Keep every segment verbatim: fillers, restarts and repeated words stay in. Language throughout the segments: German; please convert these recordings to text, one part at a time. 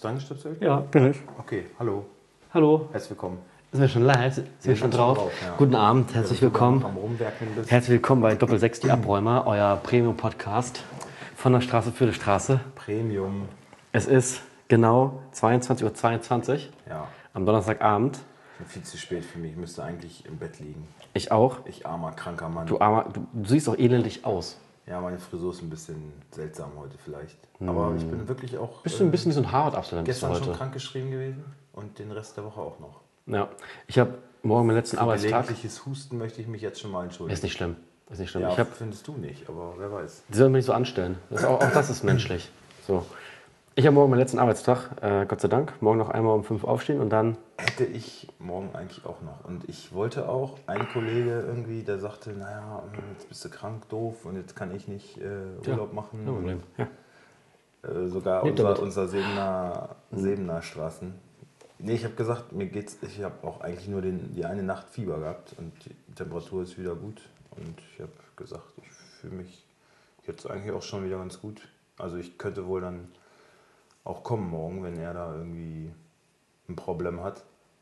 dran gestöpselt? Ja, bin ich. Okay, hallo. Hallo. Herzlich willkommen. Sind wir schon live? Sind wir, wir schon drauf? drauf ja. Guten Abend, herzlich ja, willkommen. Herzlich willkommen bei Doppel sechs, die Abräumer, euer Premium-Podcast von der Straße für die Straße. Premium. Es ist genau zweiundzwanzig Uhr zweiundzwanzig ja. am Donnerstagabend. Viel zu spät für mich, ich müsste eigentlich im Bett liegen. Ich auch. Ich armer, kranker Mann. Du, armer, du, du siehst auch elendig aus. Ja, meine Frisur ist ein bisschen seltsam heute vielleicht. Aber ich bin wirklich auch... Bist du ein bisschen wie so ein Harvard-Absolvent gestern heute? schon krankgeschrieben gewesen und den Rest der Woche auch noch. Ja, ich habe morgen meinen letzten Für Arbeitstag. gelegentliches Husten möchte ich mich jetzt schon mal entschuldigen. Ist nicht schlimm. Ist nicht schlimm. Ja, ich hab, findest du nicht, aber wer weiß. Die sollen mich nicht so anstellen. Das ist auch, auch das ist menschlich. So. Ich habe morgen meinen letzten Arbeitstag, äh, Gott sei Dank. Morgen noch einmal um fünf aufstehen und dann... Hätte ich morgen eigentlich auch noch. Und ich wollte auch, ein Kollege irgendwie, der sagte, naja, jetzt bist du krank, doof und jetzt kann ich nicht äh, Urlaub ja, machen. No Problem. Ja. Äh, sogar Lebt unser, unser Sebener, Sebener Straßen. Nee, ich habe gesagt, mir geht's, ich habe auch eigentlich nur den, die eine Nacht Fieber gehabt und die Temperatur ist wieder gut. Und ich habe gesagt, ich fühle mich jetzt eigentlich auch schon wieder ganz gut. Also ich könnte wohl dann auch kommen morgen, wenn er da irgendwie ein Problem hat.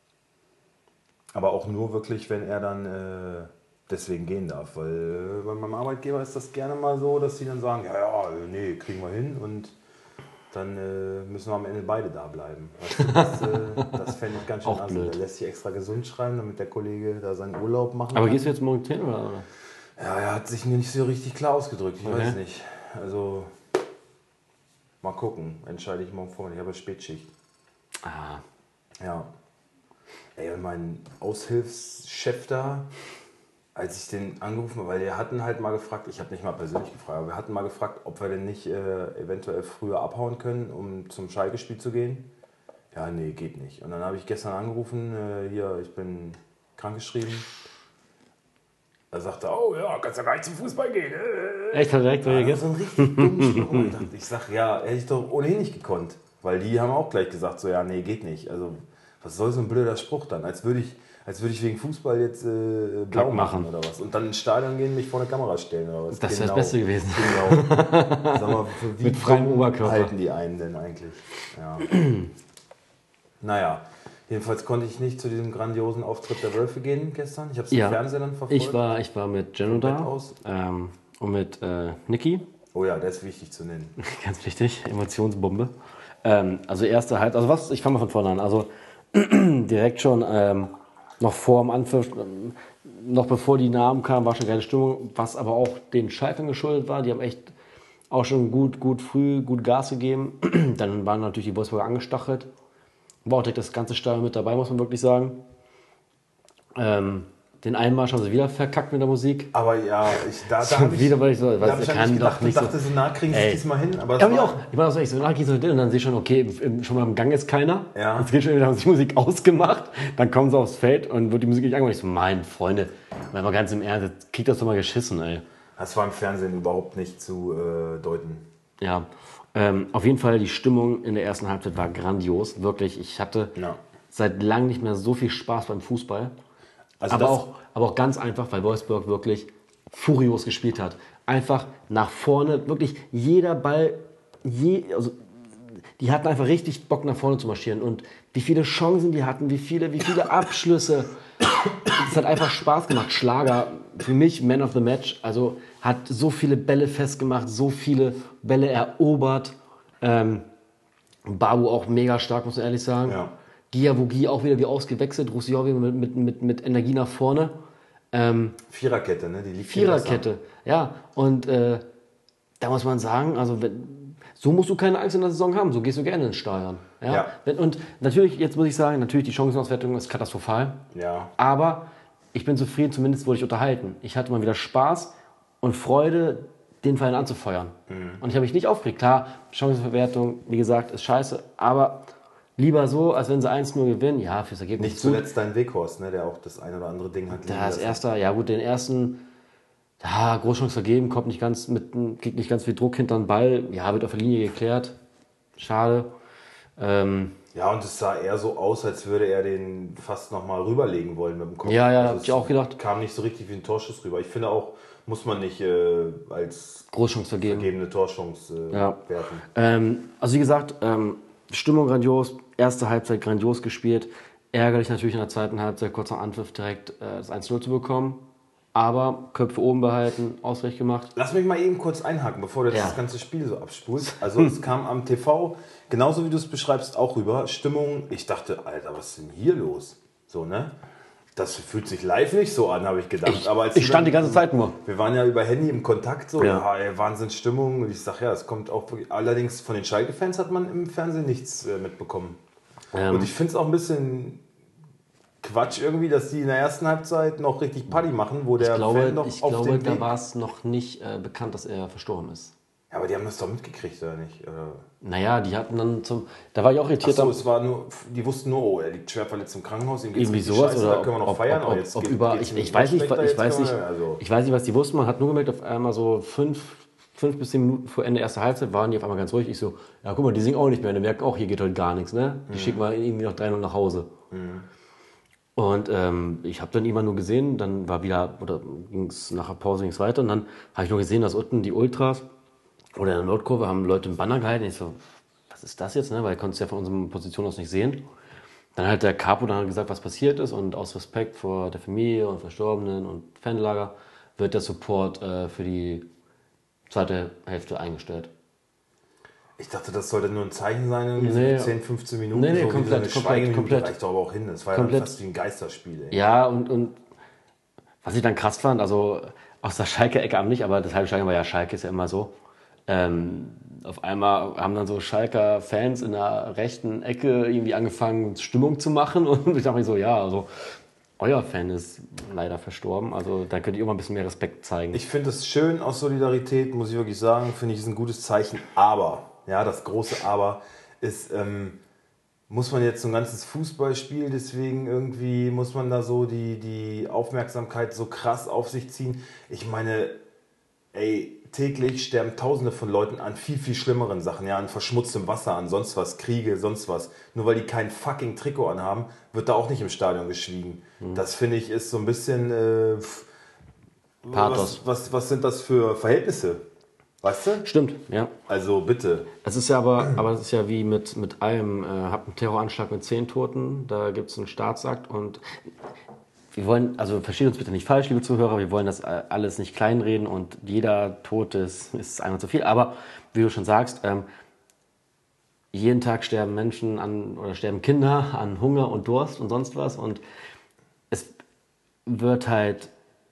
Aber auch nur wirklich, wenn er dann äh, deswegen gehen darf. Weil äh, bei meinem Arbeitgeber ist das gerne mal so, dass sie dann sagen, ja, ja, nee, kriegen wir hin und dann äh, müssen wir am Ende beide da bleiben. Weißt du, das äh, das fände ich ganz schön assi. Der lässt sich extra gesund schreiben, damit der Kollege da seinen Urlaub machen Aber kann. gehst du jetzt morgen hin oder? Ja, er hat sich nicht so richtig klar ausgedrückt, ich okay. weiß nicht. Also... Mal gucken, entscheide ich morgen vor. Ich habe Spätschicht. Ah. Ja. Ey, und mein Aushilfschef da, als ich den angerufen habe, weil wir hatten halt mal gefragt, ich habe nicht mal persönlich gefragt, aber wir hatten mal gefragt, ob wir denn nicht äh, eventuell früher abhauen können, um zum Schalke-Spiel zu gehen. Ja, nee, geht nicht. Und dann habe ich gestern angerufen, äh, hier, ich bin krankgeschrieben. Da sagte er, oh ja, kannst ja gar nicht zum Fußball gehen. Echt, hat er direkt ja, so ein richtig dummes Spruch. Ich, ich sag, ja, hätte ich doch ohnehin nicht gekonnt. Weil die haben auch gleich gesagt, so, ja, nee, geht nicht. Also, was soll so ein blöder Spruch dann? Als würde ich, als würde ich wegen Fußball jetzt äh, blau machen. machen oder was. Und dann ins Stadion gehen, mich vor eine Kamera stellen oder was. Das genau, wäre das Beste gewesen. Genau. Sag mal, für wie mit freiem Oberkörper halten die einen denn eigentlich? Ja. Naja. Jedenfalls konnte ich nicht zu diesem grandiosen Auftritt der Wölfe gehen gestern. Ich habe es im ja, Fernsehen dann verfolgt. Ich war, ich war mit Jenno da ähm, und mit äh, Niki. Oh ja, der ist wichtig zu nennen. Ganz wichtig, Emotionsbombe. Ähm, also erste Halbzeit, also was, ich fange mal von vorne an. Also direkt schon ähm, noch vor dem Anpfiff, ähm, noch bevor die Namen kamen, war schon geile Stimmung, was aber auch den Schalkern geschuldet war. Die haben echt auch schon gut, gut früh, gut Gas gegeben. Dann waren natürlich die Wolfsburger angestachelt. War auch direkt das ganze Stadion mit dabei, muss man wirklich sagen. Ähm, den Einmarsch haben sie wieder verkackt mit der Musik. Aber ja, ich, da, da habe ich, wieder, weil ich so, da was, hab ich kann gedacht, doch nicht ich dachte, so nah kriegen sie es diesmal hin. Aber ja, ich auch. Ich war auch so, ich so nah kriegen sie es hin und dann sehe ich schon, okay, schon mal im Gang ist keiner. Ja. Jetzt geht schon wieder, haben sie die Musik ausgemacht. Dann kommen sie aufs Feld und wird die Musik nicht angemacht. Ich so, mein Freunde, mal ganz im Ernst, jetzt kriegt das doch mal geschissen, ey. Das war im Fernsehen überhaupt nicht zu äh, deuten. Ja, ähm, auf jeden Fall, die Stimmung in der ersten Halbzeit war grandios. Wirklich, ich hatte ja. seit langem nicht mehr so viel Spaß beim Fußball. Also aber, auch, aber auch ganz einfach, weil Wolfsburg wirklich furios gespielt hat. Einfach nach vorne, wirklich jeder Ball, je, also die hatten einfach richtig Bock nach vorne zu marschieren. Und wie viele Chancen die hatten, wie viele, wie viele Abschlüsse. Es hat einfach Spaß gemacht. Schlager, für mich Man of the Match, also hat so viele Bälle festgemacht, so viele Bälle erobert. Ähm, Babu auch mega stark, muss man ehrlich sagen. Ja. Giavogi auch wieder wie ausgewechselt, Roussillon mit, mit, mit, mit Energie nach vorne. Ähm, Viererkette, ne? Die liegt Viererkette, ja. Und äh, da muss man sagen, also wenn, so musst du keine Angst in der Saison haben, so gehst du gerne ins Stadion. Ja? Ja. Wenn, und natürlich, jetzt muss ich sagen, natürlich die Chancenauswertung ist katastrophal. Ja. Aber ich bin zufrieden, zumindest wurde ich unterhalten. Ich hatte mal wieder Spaß und Freude, den Verein anzufeuern. Mhm. Und ich habe mich nicht aufgeregt. Klar, Chancenverwertung, wie gesagt, ist scheiße, aber lieber so, als wenn sie eins null gewinnen. Ja, fürs Ergebnis nicht zuletzt dein Weghorst, ne, der auch das ein oder andere Ding hat. Das erste, ja gut, den ersten, ja, Großchance vergeben, kommt nicht ganz mit, kriegt nicht ganz viel Druck hinter den Ball. Ja, wird auf der Linie geklärt. Schade. Ähm, ja, und es sah eher so aus, als würde er den fast nochmal rüberlegen wollen mit dem Kopf. Ja, ja, also hab ich auch gedacht. Kam nicht so richtig wie ein Torschuss rüber. Ich finde auch, muss man nicht äh, als Großchance vergeben. vergebene Torchance äh, ja. werten. Ähm, also wie gesagt, ähm, Stimmung grandios, erste Halbzeit grandios gespielt. Ärgerlich natürlich in der zweiten Halbzeit, kurz nach Anpfiff direkt äh, das eins null zu bekommen. Aber Köpfe oben behalten, ausrecht gemacht. Lass mich mal eben kurz einhaken, bevor du jetzt Ja. das ganze Spiel so abspulst. Also es kam am T V, genauso wie du es beschreibst, auch rüber. Stimmung, ich dachte, Alter, was ist denn hier los? So, ne? Das fühlt sich live nicht so an, habe ich gedacht. Ich, Aber als ich wir stand dann- die ganze Zeit nur. Wir waren ja über Handy im Kontakt, so, Ja. ja, ey, Wahnsinnsstimmung. Und ich sag, ja, es kommt auch wirklich. Allerdings von den Schalke-Fans hat man im Fernsehen nichts äh, mitbekommen. Ähm, Und ich finde es auch ein bisschen Quatsch irgendwie, dass die in der ersten Halbzeit noch richtig Party machen, wo der ich glaube, Fan noch ich auf glaube den da Weg... war es noch nicht äh, bekannt, dass er verstorben ist. Ja, aber die haben das doch mitgekriegt, oder nicht? Äh, Naja, die hatten dann zum. Da war ich auch irritiert. Achso, es war nur, die wussten nur, oh, er liegt schwer verletzt im Krankenhaus, ihm geht's irgendwie richtig sowas scheiße, oder da können wir noch ob, feiern, ob, aber ob, jetzt ob geht, über geht's ich, ihm ich weiß nicht, schlechter, ich jetzt weiß können nicht, wir- also, ich weiß nicht, was die wussten. Man hat nur gemerkt, auf einmal so fünf, fünf bis zehn Minuten vor Ende erster Halbzeit waren die auf einmal ganz ruhig. Ich so, ja guck mal, die singen auch nicht mehr. Die merken auch, hier geht heute gar nichts, ne? Die schicken wir irgendwie noch drei null nach Hause. Und ähm, ich habe dann immer nur gesehen, dann war wieder, oder ging es nach der Pause ging's weiter und dann habe ich nur gesehen, dass unten die Ultras oder in der Nordkurve haben Leute einen Banner gehalten. Ich so, was ist das jetzt, ne? Weil ich konnte es ja von unserer Position aus nicht sehen. Dann hat der Capo dann gesagt, was passiert ist und aus Respekt vor der Familie und Verstorbenen und Fanlager wird der Support äh, für die zweite Hälfte eingestellt. ich dachte, das sollte nur ein Zeichen sein, irgendwie Nee. so zehn, fünfzehn Minuten, Nee, nee, so komplett, wie so eine komplett, Schweigeminute komplett. reicht doch aber auch hin. Das war Komplett. ja fast wie ein Geisterspiel, ey. Ja, und, und was ich dann krass fand, also aus der Schalke-Ecke am nicht, aber das halbe Schalke war ja Schalke, ist ja immer so. Ähm, auf einmal haben dann so Schalker Fans in der rechten Ecke irgendwie angefangen, Stimmung zu machen. Und ich dachte mir so, ja, also euer Fan ist leider verstorben. Also da könnt ihr auch mal ein bisschen mehr Respekt zeigen. Ich finde es schön aus Solidarität, muss ich wirklich sagen. Finde ich, ist ein gutes Zeichen. Aber, ja, das große Aber ist, ähm, muss man jetzt so ein ganzes Fußballspiel, deswegen irgendwie muss man da so die, die Aufmerksamkeit so krass auf sich ziehen. Ich meine, ey, täglich sterben Tausende von Leuten an viel, viel schlimmeren Sachen, ja, an verschmutztem Wasser, an sonst was, Kriege, sonst was. Nur weil die kein fucking Trikot anhaben, wird da auch nicht im Stadion geschwiegen. Das finde ich ist so ein bisschen, äh, pff, Pathos. was, was, was sind das für Verhältnisse? Weißt du? Stimmt, ja. Also bitte. Es ist ja aber, aber es ist ja wie mit, mit allem, äh, habt einen Terroranschlag mit zehn Toten, da gibt es einen Staatsakt und wir wollen, also versteht uns bitte nicht falsch, liebe Zuhörer, wir wollen das alles nicht kleinreden und jeder Tote ist, ist einmal zu viel, aber wie du schon sagst, ähm, jeden Tag sterben Menschen an, oder sterben Kinder an Hunger und Durst und sonst was und es wird halt,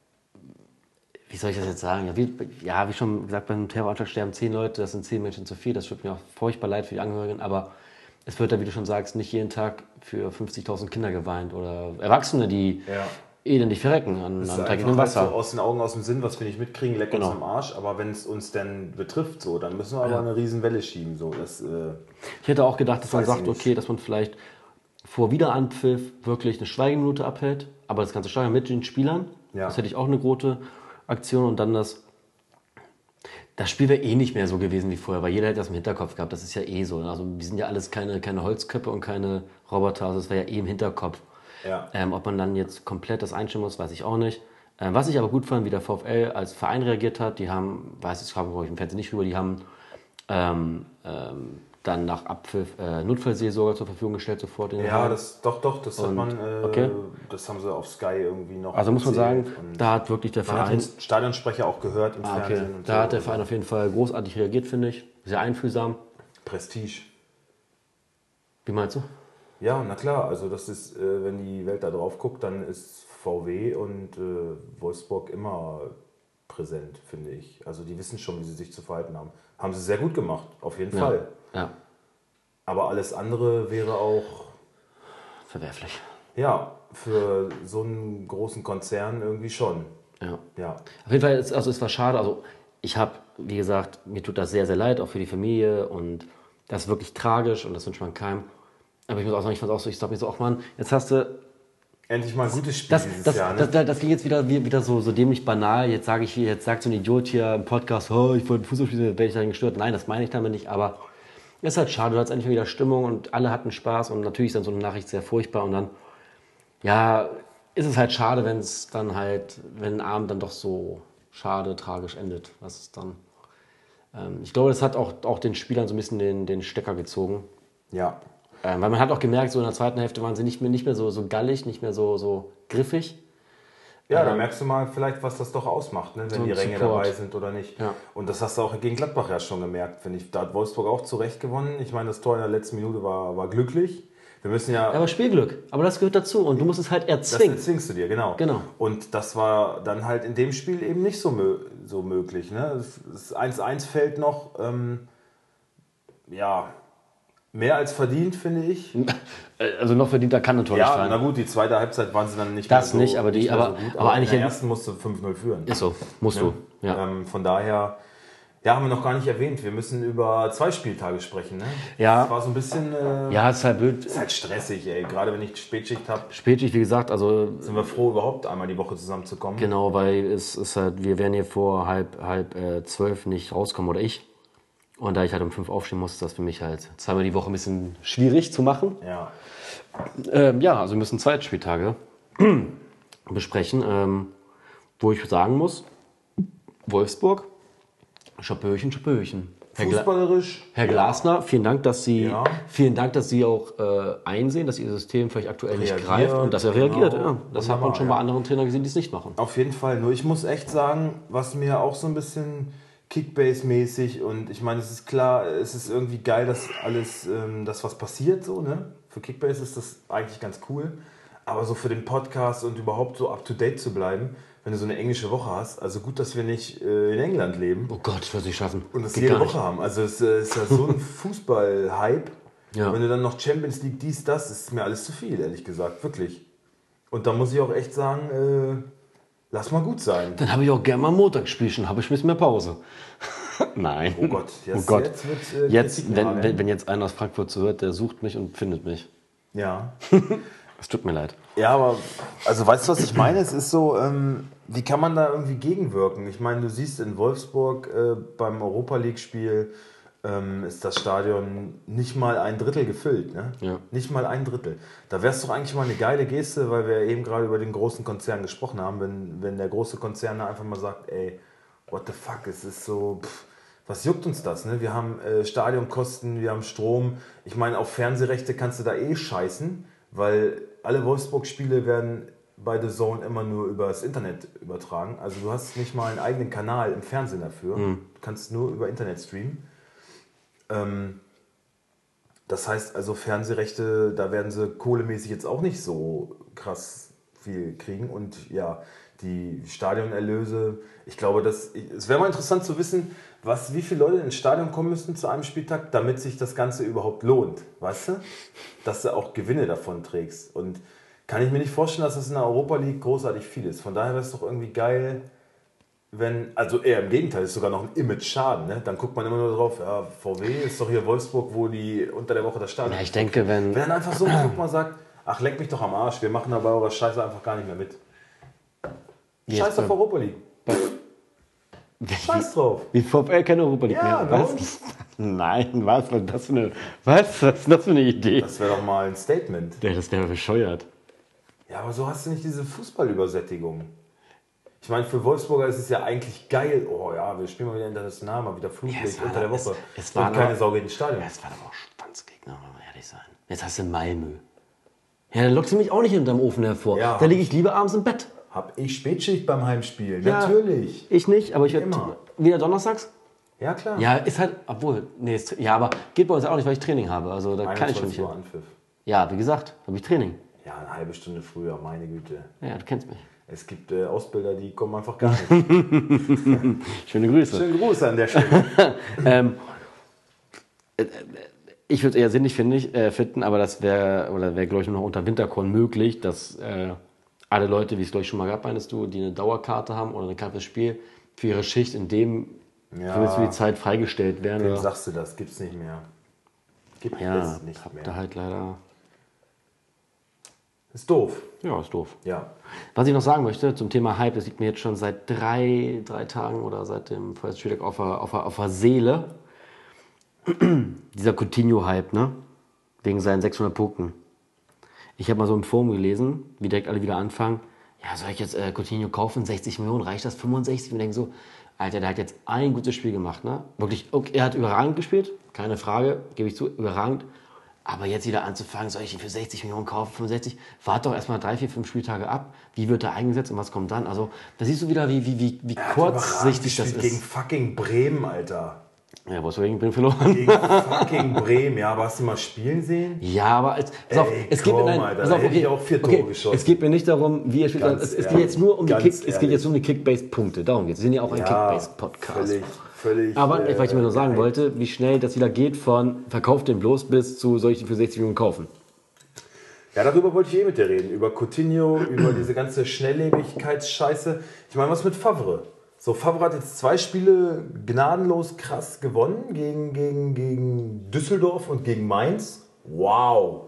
wie soll ich das jetzt sagen? Ja, wie, ja, wie schon gesagt, beim Terroranschlag sterben zehn Leute, das sind zehn Menschen zu viel. Das tut mir auch furchtbar leid für die Angehörigen. Aber es wird da, wie du schon sagst, nicht jeden Tag für fünfzigtausend Kinder geweint oder Erwachsene, die Ja. elendig verrecken an, Das ist an einfach dreckigem halt so Wasser. aus den Augen, aus dem Sinn, was wir nicht mitkriegen, leck Genau. uns am Arsch. Aber wenn es uns denn betrifft, so, dann müssen wir aber Ja. eine riesen Welle schieben. So. Das, äh, Ich hätte auch gedacht, dass man Weiß ich sagt, nicht. okay, dass man vielleicht vor Wiederanpfiff wirklich eine Schweigeminute abhält, aber das ganze Stadion mit den Spielern, Ja. das hätte ich auch eine gute Aktion und dann das. Das Spiel wäre eh nicht mehr so gewesen wie vorher, weil jeder hätte das im Hinterkopf gehabt. Das ist ja eh so. Also wir sind ja alles keine, keine Holzköpfe und keine Roboter. Also das wäre ja eh im Hinterkopf. ja. Ähm, ob man dann jetzt komplett das einstellen muss, weiß ich auch nicht. Ähm, was ich aber gut fand, wie der VfL als Verein reagiert hat, die haben, weiß ich, habe ich im Fernsehen nicht rüber, die haben ähm, ähm, dann nach Abpfiff äh, Notfallseelsorger zur Verfügung gestellt sofort. In den Ja, Hallen. das, doch, doch, das hat Und- man, äh, okay. das haben sie auf Sky irgendwie noch Also muss man sagen, erzählt. Und da hat wirklich der man hat Verein, den Stadionsprecher auch gehört im ah, okay, Fernsehen. Und da so. hat der Verein auf jeden Fall großartig reagiert, finde ich. Sehr einfühlsam. Prestige. Wie meinst du? Ja, na klar, also das ist, äh, wenn die Welt da drauf guckt, dann ist V W und äh, Wolfsburg immer präsent, finde ich. Also die wissen schon, wie sie sich zu verhalten haben. Haben sie sehr gut gemacht, auf jeden Ja. Fall. Ja, Aber alles andere wäre auch, verwerflich. ja, für so einen großen Konzern irgendwie schon. Ja. Ja, Auf jeden Fall, ist, also es war schade. Also ich habe, wie gesagt, mir tut das sehr, sehr leid, auch für die Familie und das ist wirklich tragisch und das wünscht man keinem. Aber ich muss auch sagen, ich fand es auch so, ich sag mir so, ach Mann, jetzt hast du, endlich mal ein gutes Spiel das, dieses das, Jahr. Ne? das, das, das ging jetzt wieder, wie- wieder so, so dämlich banal. Jetzt sage ich, jetzt sagt so ein Idiot hier im Podcast, oh, ich wollte Fußball spielen, werde ich dahin gestört. Nein, das meine ich damit nicht, aber es ist halt schade, du hattest endlich mal wieder Stimmung und alle hatten Spaß und natürlich ist dann so eine Nachricht sehr furchtbar und dann, ja, ist es halt schade, wenn es dann halt, wenn ein Abend dann doch so schade, tragisch endet. Was ist dann? Ähm, ich glaube, das hat auch, auch den Spielern so ein bisschen den, den Stecker gezogen. Ja. Ähm, weil man hat auch gemerkt, so in der zweiten Hälfte waren sie nicht mehr, nicht mehr so, so gallig, nicht mehr so, so griffig. Ja, da merkst du mal vielleicht, was das doch ausmacht, ne? wenn so die ein Ränge Support. dabei sind oder nicht. Ja. Und das hast du auch gegen Gladbach ja schon gemerkt, finde ich. Da hat Wolfsburg auch zu Recht gewonnen. Ich meine, das Tor in der letzten Minute war, war glücklich. Wir müssen ja... Aber Spielglück. Aber das gehört dazu. Und du musst es halt Das erzwingen. erzwingst du dir, genau. Genau. Und das war dann halt in dem Spiel eben nicht so, mö so möglich. Ne? Das eins eins fällt noch, ähm, ja, mehr als verdient, finde ich. Also noch verdienter kann ein Tor nicht Ja, sein. na gut, die zweite Halbzeit waren sie dann nicht Das mehr so, nicht, aber die- nicht mehr aber- so gut. aber eigentlich in der hätten- ersten musst du fünf null führen. Ist so. Musst du. Ja. Ähm, von daher, ja, haben wir noch gar nicht erwähnt. Wir müssen über zwei Spieltage sprechen. Ne? Ja. Das war so ein bisschen, äh, Ja, ist halt blöd. ist halt stressig, ey. Gerade wenn ich Spätschicht habe, Spätschicht, wie gesagt, also sind wir froh, überhaupt einmal die Woche zusammenzukommen. genau, weil es ist halt, wir werden hier vor halb, halb äh, zwölf nicht rauskommen oder ich. Und da ich halt um fünf aufstehen muss, ist das für mich halt zweimal die Woche ein bisschen schwierig zu machen. Ja. Ähm, ja, also wir müssen zwei Spieltage besprechen, ähm, wo ich sagen muss, Wolfsburg, Schapöchen, Schapöchen. Herr, Gla Fußballerisch. Herr Glasner, vielen Dank, dass Sie, Ja. vielen Dank, dass Sie auch äh, einsehen, dass Ihr System vielleicht aktuell nicht Reagiert, greift und dass er reagiert. genau. Ja, das hat man Wunderbar, schon ja. bei anderen Trainern gesehen, die es nicht machen. Auf jeden Fall. Nur ich muss echt sagen, was mir auch so ein bisschen Kickbase-mäßig und ich meine, es ist klar, es ist irgendwie geil, dass alles, ähm, das was passiert so, ne? Für Kickbase ist das eigentlich ganz cool. Aber so für den Podcast und überhaupt so up to date zu bleiben, wenn du so eine englische Woche hast, also gut, dass wir nicht äh, in England leben Oh Gott, ich würde es nicht schaffen. und das Geht jede gar Woche haben. Also es äh, ist ja so ein Fußball-Hype. Ja. Wenn du dann noch Champions League, dies, das, ist mir alles zu viel, ehrlich gesagt, wirklich. Und da muss ich auch echt sagen, äh, lass mal gut sein. Dann habe ich auch gerne mal Montag gespielt, schon habe ich ein bisschen mehr Pause. Nein. Oh Gott, jetzt, oh Gott. jetzt wird äh, Jetzt, Kritik wenn, nageln. wenn, wenn jetzt einer aus Frankfurt zuhört, der sucht mich und findet mich. Ja. Es tut mir leid. Ja, aber, also weißt du, was ich meine? Es ist so, ähm, wie kann man da irgendwie gegenwirken? Ich meine, du siehst in Wolfsburg äh, beim Europa-League-Spiel ähm, ist das Stadion nicht mal ein Drittel gefüllt. Ne? Ja. Nicht mal ein Drittel. Da wäre es doch eigentlich mal eine geile Geste, weil wir eben gerade über den großen Konzern gesprochen haben, wenn, wenn der große Konzern da einfach mal sagt, ey, what the fuck, es ist so, pff, was juckt uns das? Ne? Wir haben äh, Stadionkosten, wir haben Strom. Ich meine, auf Fernsehrechte kannst du da eh scheißen, weil alle Wolfsburg-Spiele werden bei The Zone immer nur über das Internet übertragen. Also du hast nicht mal einen eigenen Kanal im Fernsehen dafür. Mhm. Du kannst nur über Internet streamen. Ähm, das heißt also Fernsehrechte, da werden sie kohlemäßig jetzt auch nicht so krass viel kriegen. Und ja, die Stadionerlöse, ich glaube, dass, es wäre mal interessant zu wissen, was, wie viele Leute ins Stadion kommen müssen zu einem Spieltag, damit sich das Ganze überhaupt lohnt, weißt du? Dass du auch Gewinne davon trägst. Und kann ich mir nicht vorstellen, dass das in der Europa League großartig viel ist. Von daher wäre es doch irgendwie geil, wenn, also eher im Gegenteil, ist sogar noch ein Image-Schaden. Ne? Dann guckt man immer nur drauf, ja, V W ist doch hier Wolfsburg, wo die unter der Woche das Stadion... Ja, ich denke, wenn... Wenn dann einfach so ein Club mal sagt, ach, leck mich doch am Arsch, wir machen aber eure Scheiße einfach gar nicht mehr mit. Wie Scheiß jetzt auf bei- Europa League. Scheiß drauf. Wie VfL keine Europa League Ja, mehr. warum? Was? Nein, was? Was ist das für eine, was? Was ist das für eine Idee? Das wäre doch mal ein Statement. Ja, das wäre bescheuert. Ja, aber so hast du nicht diese Fußballübersättigung. Ich meine, für Wolfsburger ist es ja eigentlich geil. Oh ja, wir spielen mal wieder international, mal wieder Flutlicht Ja, es war unter der doch- Woche. es- es war und keine doch- Sau geht ins Stadion. Ja, es war doch auch Schwanzgegner, wenn wir ehrlich sein. Jetzt hast du Malmö. Ja, dann lockst du mich auch nicht hinterm Ofen hervor. Ja. Da liege ich lieber abends im Bett. Hab ich Spätschicht beim Heimspiel? Ja. Natürlich. Ich nicht, aber ich werde immer. wieder donnerstags. Ja, klar. Ja, ist halt, obwohl, nee, ist, ja, aber geht bei uns auch nicht, weil ich Training habe. Also da kann ich schon nicht einundzwanzig Uhr hin. Anpfiff. Ja, wie gesagt, habe ich Training. Ja, eine halbe Stunde früher, meine Güte. Ja, du kennst mich. Es gibt äh, Ausbilder, die kommen einfach gar nicht. Schöne Grüße. Schönen Gruß an der Stelle. ähm, äh, ich würde es eher sinnig find ich, äh, finden, aber das wäre, oder wäre, glaube ich, nur noch unter Winterkorn möglich, dass äh, alle Leute, wie es glaube ich schon mal gab, meinst du, die eine Dauerkarte haben oder eine Karte fürs Spiel, für ihre Schicht in dem, Ja. für die Zeit freigestellt werden. Wem Oder? sagst du das? Gibt's nicht mehr. Gibt Ja, es nicht habt mehr. ihr halt leider. Ist doof. Ja, ist doof. Ja. Was ich noch sagen möchte zum Thema Hype, das liegt mir jetzt schon seit drei, drei Tagen oder seit dem First Spieltag auf der, auf der, auf der Seele. Dieser Coutinho-Hype, ne? Wegen seinen sechshundert Punkten. Ich habe mal so im Forum gelesen, wie direkt alle wieder anfangen. Ja, soll ich jetzt äh, Coutinho kaufen? sechzig Millionen, reicht das? fünfundsechzig? Und denken so, Alter, der hat jetzt ein gutes Spiel gemacht, ne? Wirklich, okay, er hat überragend gespielt, keine Frage, gebe ich zu, überragend. Aber jetzt wieder anzufangen, soll ich ihn für sechzig Millionen kaufen, fünfundsechzig? Wart doch erstmal drei, vier, fünf Spieltage ab. Wie wird er eingesetzt und was kommt dann? Also, da siehst du wieder, wie, wie, wie, wie kurzsichtig das ist. Gegen fucking Bremen, Alter. Ja, wo hast du gegen Bremen verloren? Gegen fucking Bremen, ja, aber hast du mal spielen sehen? Ja, aber es, pass auf, Ey, es geht komm, mir nein, Alter, pass da auf, hätte okay, ich auch vier Tore okay, geschossen. es geht mir nicht darum, wie er spielt. Ganz Es, es geht ehrlich, jetzt nur um die ganz Kick, es geht ehrlich. jetzt nur um die Kickbase-Punkte. Darum geht es. Wir sind ja auch ein Ja, Kickbase-Podcast. Völlig, völlig. Aber äh, was ich mir nur sagen geil. wollte, wie schnell das wieder geht von verkauft den bloß bis zu soll ich den für sechzig Millionen kaufen. Ja, darüber wollte ich eh mit dir reden. Über Coutinho, über diese ganze Schnelllebigkeitsscheiße. Ich meine, was mit Favre? So, Favre hat jetzt zwei Spiele gnadenlos krass gewonnen gegen, gegen, gegen Düsseldorf und gegen Mainz. Wow.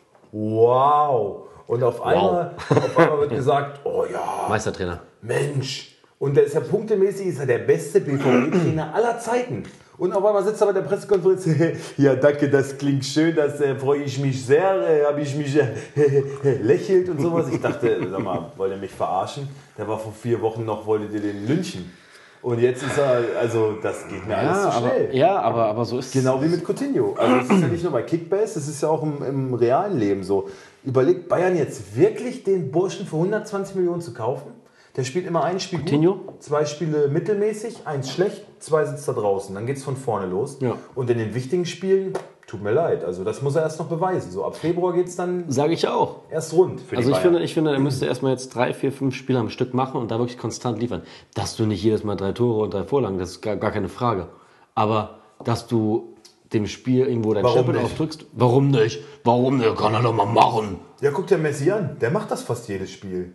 Wow. Und auf einmal, auf einmal wird gesagt, oh ja, Meistertrainer. Mensch. Und der ist ja punktemäßig ist er der beste B V B-Trainer aller Zeiten. Und auf einmal sitzt er bei der Pressekonferenz. Ja, danke, das klingt schön, das äh, freue ich mich sehr. Äh, Habe ich mich äh, lächelt und sowas. Ich dachte, sag mal, wollt ihr mich verarschen? Der war vor vier Wochen noch, wolltet ihr den lynchen. Und jetzt ist er, also das geht mir alles zu schnell. Aber, ja, aber, aber so ist Genau wie mit Coutinho. Also es ist ja nicht nur bei Kickbase, es ist ja auch im, im realen Leben so. Überlegt Bayern jetzt wirklich den Burschen für hundertzwanzig Millionen zu kaufen? Der spielt immer ein Spiel Coutinho? gut, zwei Spiele mittelmäßig, eins schlecht, zwei sitzt da draußen. Dann geht es von vorne los. Ja. Und in den wichtigen Spielen, tut mir leid, also das muss er erst noch beweisen. So ab Februar geht es dann Sage ich auch. erst rund für Also die ich Bayern. finde, ich finde, er müsste erstmal jetzt drei, vier, fünf Spiele am Stück machen und da wirklich konstant liefern. Dass du nicht jedes Mal drei Tore und drei Vorlagen, das ist gar, gar keine Frage. Aber dass du dem Spiel irgendwo dein Warum Stempel nicht? aufdrückst, warum nicht? Warum nicht? Kann er doch mal machen. Ja, guck dir Messi an, der macht das fast jedes Spiel.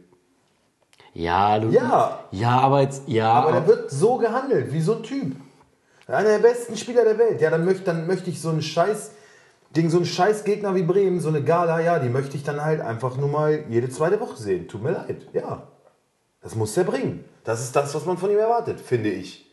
Ja, du, Ja. ja, aber jetzt, ja. Aber der wird so gehandelt, wie so ein Typ. Einer der besten Spieler der Welt. Ja, dann möchte, dann möchte ich so einen Scheiß, gegen so einen Scheiß Gegner wie Bremen, so eine Gala, ja, die möchte ich dann halt einfach nur mal jede zweite Woche sehen. Tut mir leid, ja. Das muss der bringen. Das ist das, was man von ihm erwartet, finde ich.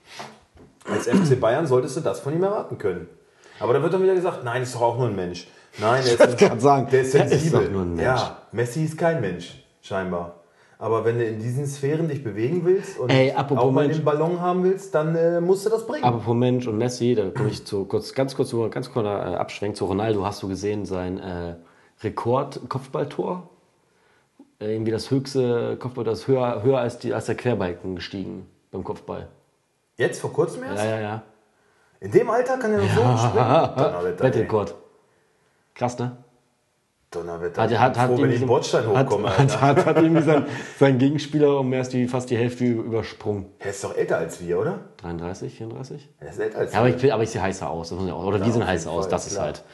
Als F C Bayern solltest du das von ihm erwarten können. Aber da wird dann wieder gesagt, nein, ist doch auch nur ein Mensch. Nein, der ist, gerade sagen, der ist der ist sensibel. doch nur ein Mensch. Ja, Messi ist kein Mensch, scheinbar. Aber wenn du in diesen Sphären dich bewegen willst und Ey, apropos auch mal Mensch. den Ballon haben willst, dann äh, musst du das bringen. Apropos Mensch und Messi, da komme ich zu kurz, ganz kurz nur ganz kurzer äh, Abschwenk zu Ronaldo. Hast du gesehen sein äh, Rekord-Kopfballtor? Äh, irgendwie das höchste Kopfball, das ist höher, höher als, die, als der Querbalken gestiegen beim Kopfball. Jetzt, vor kurzem erst? Ja, ja, ja. In dem Alter kann er noch so springen? Donnerwetter, ey. Weltrekord. Krass, ne? Donnerwetter. Hat, hat, ich bin hat, froh, wenn ich irgendwie- den Bordstein hat, hochkomme. hat, Alter. hat, hat irgendwie sein, sein Gegenspieler um erst die, fast die Hälfte übersprungen. Er ist doch älter als wir, oder? dreiunddreißig, vierunddreißig? Er ist älter als Ja, aber wir. ich, aber ich sehe heißer aus. Das muss ich auch, oder wir sehen auf heißer jeden aus, Fall, das ist klar. halt.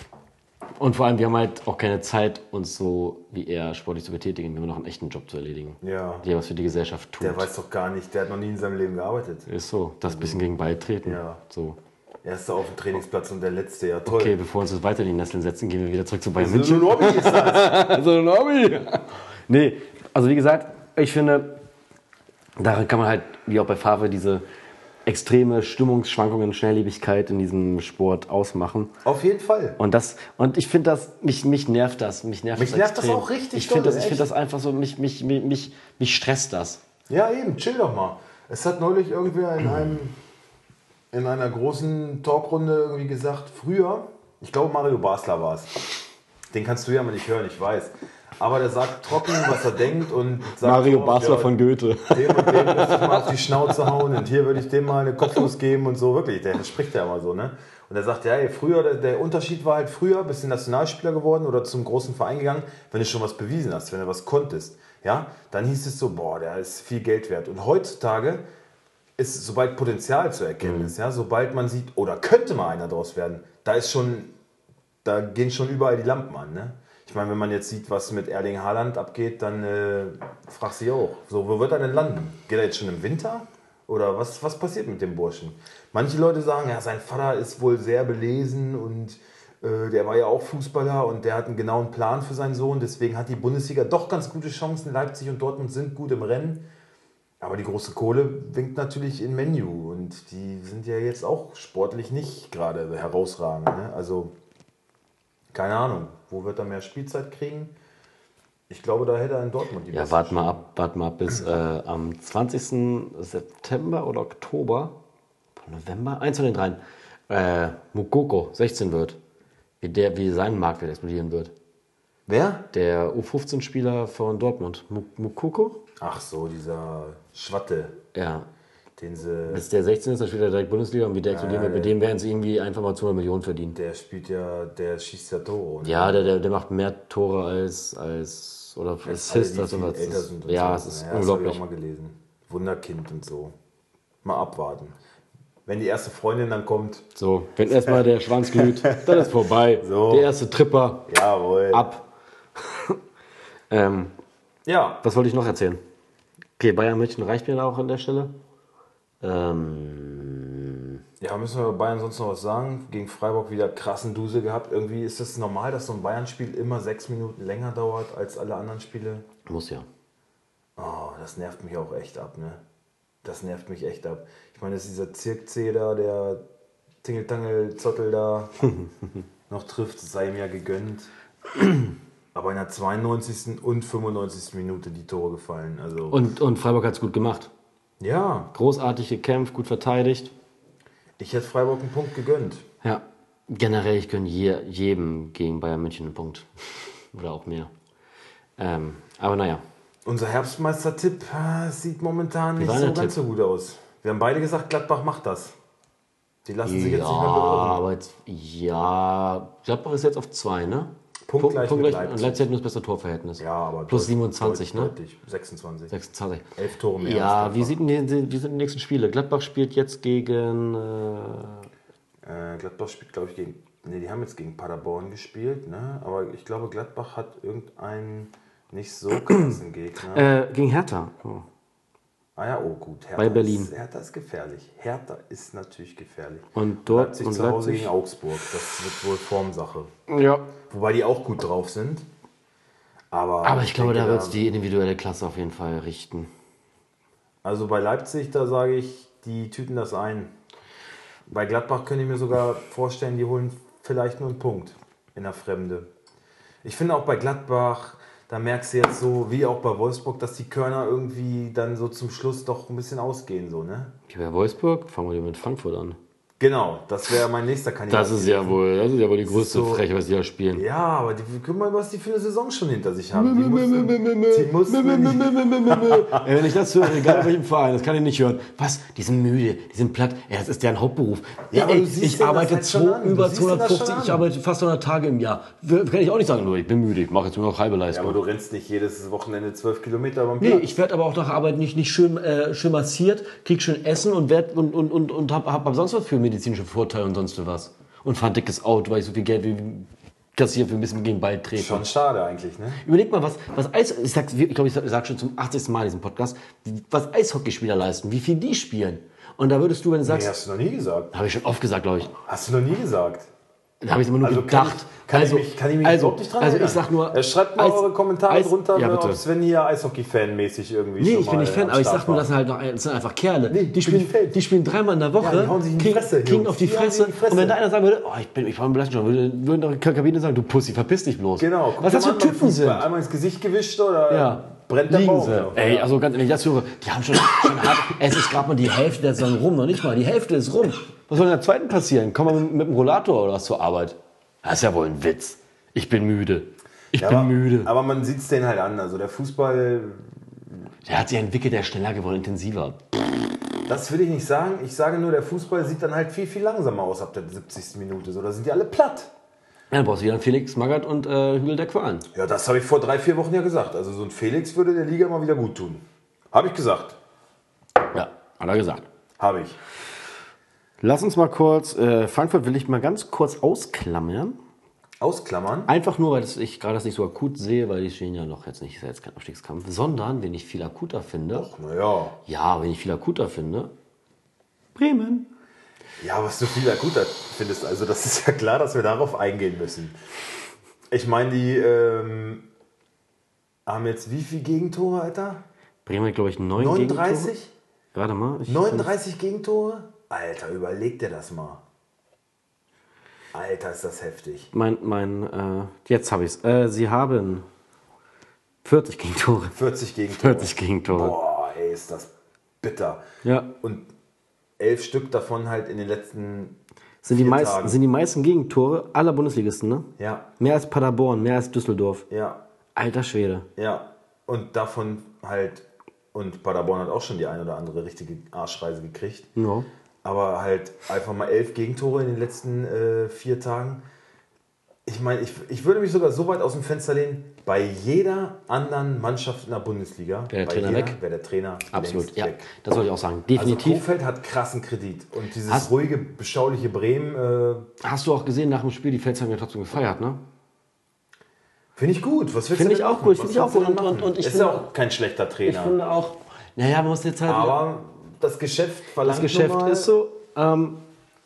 Und vor allem, wir haben halt auch keine Zeit, uns so wie er sportlich zu betätigen. Wir haben noch einen echten Job zu erledigen. Ja. Der was für die Gesellschaft tut. Der weiß doch gar nicht, der hat noch nie in seinem Leben gearbeitet. Ist so, das bisschen gegen beitreten. Ja. So. Erster auf dem Trainingsplatz und der letzte, ja toll. Okay, bevor wir uns jetzt weiter in die Nesseln setzen, gehen wir wieder zurück zu Bayern So München. ein Hobby ist das. So ein Hobby. Nee, also wie gesagt, ich finde, daran kann man halt, wie auch bei Favre, diese extreme Stimmungsschwankungen, Schnelllebigkeit in diesem Sport ausmachen. Auf jeden Fall. Und das, und ich finde das, mich, mich nervt das, mich nervt Mich das nervt das extrem. auch richtig Ich finde doll, das, ich echt. finde das einfach so, mich, mich, mich, mich, mich stresst das. Ja, eben, chill doch mal. Es hat neulich irgendwer in einem in einer großen Talkrunde irgendwie gesagt, früher, ich glaube Mario Basler war es, den kannst du ja mal nicht hören, ich weiß, aber der sagt trocken, was er denkt und sagt Mario so, Basler ja, von Goethe. dem und dem müsste ich mal auf die Schnauze hauen und hier würde ich dem mal eine Kopfnuss geben und so, wirklich, der spricht ja immer so, ne? Und er sagt, ja, ey, früher, der, der Unterschied war halt früher, bist du Nationalspieler geworden oder zum großen Verein gegangen, wenn du schon was bewiesen hast, wenn du was konntest, ja, dann hieß es so, boah, der ist viel Geld wert. Und heutzutage ist, sobald Potenzial zu erkennen Mhm. ist, ja, sobald man sieht, oder könnte mal einer draus werden, da ist schon, da gehen schon überall die Lampen an, ne? Ich meine, wenn man jetzt sieht, was mit Erling Haaland abgeht, dann äh, fragst du dich auch, so, wo wird er denn landen? Geht er jetzt schon im Winter? Oder was, was passiert mit dem Burschen? Manche Leute sagen, ja, sein Vater ist wohl sehr belesen und äh, der war ja auch Fußballer und der hat einen genauen Plan für seinen Sohn, deswegen hat die Bundesliga doch ganz gute Chancen. Leipzig und Dortmund sind gut im Rennen. Aber die große Kohle winkt natürlich in Menu und die sind ja jetzt auch sportlich nicht gerade herausragend. Ne? Also, keine Ahnung, wo wird er mehr Spielzeit kriegen? Ich glaube, da hätte er in Dortmund die Ja, beste warte mal Chance. ab, warte mal ab bis äh, am zwanzigsten September oder Oktober, November, eins von den dreien, äh, Mukoko sechzehn wird. wie, der, wie sein Marktwert explodieren wird. Wer? Der U fünfzehn Spieler von Dortmund, Mukoko? Ach so, dieser Schwatte, Ja. den sie... Bis der sechzehn ist, dann spielt er direkt Bundesliga und wie der explodieren Ja, wird, mit der- dem werden sie irgendwie einfach mal zweihundert Millionen verdienen. Der spielt ja, der schießt ja Tore. Und Ja, der, der, der macht mehr Tore als, als oder als alle, Assists die als viel was. älter sind und Ja, so. es ist Ja, das habe unglaublich. ich auch mal gelesen. Wunderkind und so. Mal abwarten. Wenn die erste Freundin dann kommt, So, wenn erstmal der Schwanz glüht, dann ist vorbei. So. Der erste Tripper, jawohl. ab. ähm, Ja, was wollte ich noch erzählen? Okay, Bayern München reicht mir da auch an der Stelle. Ähm, ja, müssen wir bei Bayern sonst noch was sagen? Gegen Freiburg wieder krassen Dusel gehabt. Irgendwie ist es normal, dass so ein Bayern-Spiel immer sechs Minuten länger dauert als alle anderen Spiele. muss ja. Oh, das nervt mich auch echt ab, ne? Das nervt mich echt ab. Ich meine, dass dieser Zirkzee da, der Tingeltangel-Zottel da noch trifft, das sei ihm ja gegönnt. Aber in der zweiundneunzigsten und fünfundneunzigsten Minute die Tore gefallen. Also, Und, und Freiburg hat es gut gemacht. ja, Großartig gekämpft, gut verteidigt. ich hätte Freiburg einen Punkt gegönnt. Ja, generell, ich gönne je, jedem gegen Bayern München einen Punkt. Oder auch mehr. Ähm, aber naja. Unser Herbstmeister-Tipp äh, sieht momentan nicht war so der ganz Tipp? so gut aus. Wir haben beide gesagt, Gladbach macht das. Die lassen sich jetzt Ja, nicht mehr beirren. aber jetzt, ja, Gladbach ist jetzt auf zwei, ne? Punktgleich mit Leipzig. Und Leipzig hat nur das beste Torverhältnis. Ja, aber Plus deut- siebenundzwanzig, deut- ne? Deutlich. sechsundzwanzig. sechsundzwanzig. Elf Tore mehr. Ja, als wie, sieht denn die, wie sind die nächsten Spiele? Gladbach spielt jetzt gegen. Äh, Äh, Gladbach spielt, glaube ich, gegen. Ne, die haben jetzt gegen Paderborn gespielt, ne? Aber ich glaube, Gladbach hat irgendeinen nicht so krassen Gegner. äh, gegen Hertha. Oh. Ah ja, oh gut. Hertha bei Berlin. Ist, Hertha ist gefährlich. Hertha ist natürlich gefährlich. Und dort Leipzig und zu Hause Leipzig. gegen Augsburg. Das wird wohl Formsache. Ja. Wobei die auch gut drauf sind. Aber, Aber ich glaube, denke, da wird es die individuelle Klasse auf jeden Fall richten. Also bei Leipzig, da sage ich, die tüten das ein. Bei Gladbach könnte ich mir sogar vorstellen, die holen vielleicht nur einen Punkt in der Fremde. Ich finde auch bei Gladbach, da merkst du jetzt so, wie auch bei Wolfsburg, dass die Körner irgendwie dann so zum Schluss doch ein bisschen ausgehen. So, ne? Okay, bei Wolfsburg, fangen wir mit Frankfurt an. Genau, das wäre mein nächster Kandidat. Das ist ja wohl, das ist ja wohl die größte so- Frechheit, was die da spielen. Ja, aber die, guck mal, was die für eine Saison schon hinter sich haben. Die mussten, die mussten Ey, wenn ich das höre, egal bei welchem Verein, das kann ich nicht hören. Was? Die sind müde, die sind platt. Ey, das ist deren Hauptberuf. Ja, aber Ey, du siehst ich denen das arbeite halt schon zwei, an. Du über siehst denen das zweihundertfünfzig, schon ich an. arbeite fast hundert Tage im Jahr. W- Kann ich auch nicht sagen, nur ich bin müde, ich mache jetzt nur noch halbe Ja, Leistung. aber du rennst nicht jedes Wochenende zwölf Kilometer beim Nee, Platz. ich werde aber auch nach der Arbeit nicht, nicht schön, äh, schön massiert, krieg schön Essen und, werd, und, und, und, und hab, hab sonst was für medizinische Vorteile und sonst was. Und fahr ein dickes Auto, weil ich so viel Geld wie kassiere für ein bisschen gegen den Ball trete. Schon schade eigentlich, ne? Überleg mal, was, was Eis, ich, sag's, ich glaube, ich sage sag schon zum achtzigsten Mal in diesem Podcast, was Eishockeyspieler leisten, wie viel die spielen. Und da würdest du, wenn du Nee, sagst, hast du noch nie gesagt. habe ich schon oft gesagt, glaube ich, Hast du noch nie gesagt. da habe ich immer nur Also kann gedacht. ich, kann also, ich mich, kann ich mich also, überhaupt nicht dran also erinnern. ich sag nur, Äh, Schreibt mal Eis- eure Kommentare Eis- drunter, ja, ne, bitte. ob Sven hier Eishockey-Fan-mäßig irgendwie Nee, schon ich bin mal nicht Fan, am aber ich Start sag nur, war. das sind halt noch, das sind einfach Kerle. Nee, die, bin spielen, ich Fan. die spielen dreimal in der Woche, Ja, die hauen sich in die kriegen, Fresse, kriegen Jungs. auf die Die hauen sich Fresse. in die Fresse. Und wenn da einer sagen würde, oh, ich bin, ich war belastet schon, würde, würden doch in der Kabine sagen, du Pussy, verpiss dich bloß. Genau. guck Was dir das mal für an beim Typen sind. Fußball. Einmal ins Gesicht gewischt oder Ja. brennt der Liegen Bauch. sie. Ja. Ey, also ganz, wenn ich das höre, die haben schon, schon hart. Es ist gerade mal die Hälfte der Saison rum, noch nicht mal. Die Hälfte ist rum. Was soll in der zweiten passieren? Kommen wir mit, mit dem Rollator oder was zur Arbeit? Das ist ja wohl ein Witz. Ich bin müde. Ich Ja, bin aber, müde. aber man sieht es denen halt an. Also der Fußball, Der hat sich entwickelt, der ist schneller geworden, intensiver. das will ich nicht sagen. Ich sage nur, der Fußball sieht dann halt viel, viel langsamer aus ab der siebzigsten Minute. So, da sind die alle platt. Ja, dann brauchst du wieder einen Felix Magath und äh, Hügel der Qualen. Ja, das habe ich vor drei, vier Wochen ja gesagt. Also so ein Felix würde der Liga mal wieder gut tun. Habe ich gesagt. Ja, hat er gesagt. Habe ich. Lass uns mal kurz, äh, Frankfurt will ich mal ganz kurz ausklammern. Ausklammern. Einfach nur, weil das, ich gerade das nicht so akut sehe, weil die stehen ja noch jetzt nicht, ist ja jetzt kein Abstiegskampf, sondern, wen ich viel akuter finde, Naja. ja, wen ich viel akuter finde, Bremen. Ja, was du viel akuter findest. Also das ist ja klar, dass wir darauf eingehen müssen. Ich meine, die ähm, haben jetzt wie viel Gegentore, Alter? Bremen hat, glaube ich, neun neununddreißig? Gegentore. Warte mal. Ich neununddreißig Gegentore? Alter, überleg dir das mal. Alter, ist das heftig. Mein, mein, äh, jetzt habe ich es. Äh, sie haben vierzig Gegentore. vierzig Gegentore. vierzig Gegentore. Boah, ey, ist das bitter. Ja. Und elf Stück davon halt in den letzten Sind die, vier meisten, Tagen. sind die meisten Gegentore aller Bundesligisten, ne? Ja, Mehr als Paderborn, mehr als Düsseldorf. ja, Alter Schwede. ja. Und davon halt, und Paderborn hat auch schon die ein oder andere richtige Arschreise gekriegt. Ja. Aber halt einfach mal elf Gegentore in den letzten äh, vier Tagen. Ich meine, ich, ich würde mich sogar so weit aus dem Fenster lehnen, bei jeder anderen Mannschaft in der Bundesliga der bei Trainer jeder, weg? wäre der Trainer Absolut, längst ja. weg. Das wollte ich auch sagen. Also Definitiv. Kofeld hat krassen Kredit. Und dieses Hast- ruhige, beschauliche Bremen äh, Hast du auch gesehen, nach dem Spiel, die Fans haben ja trotzdem gefeiert, ne? finde ich gut. Was willst Finde du ich denn auch machen? gut, Was finde ich auch willst du gut. denn Und- und- machen? und ich ist finde ja auch kein schlechter Ich Trainer. finde auch, naja, man muss jetzt halt. Aber das Geschäft verlangt das Geschäft nun mal, ist so. Ähm,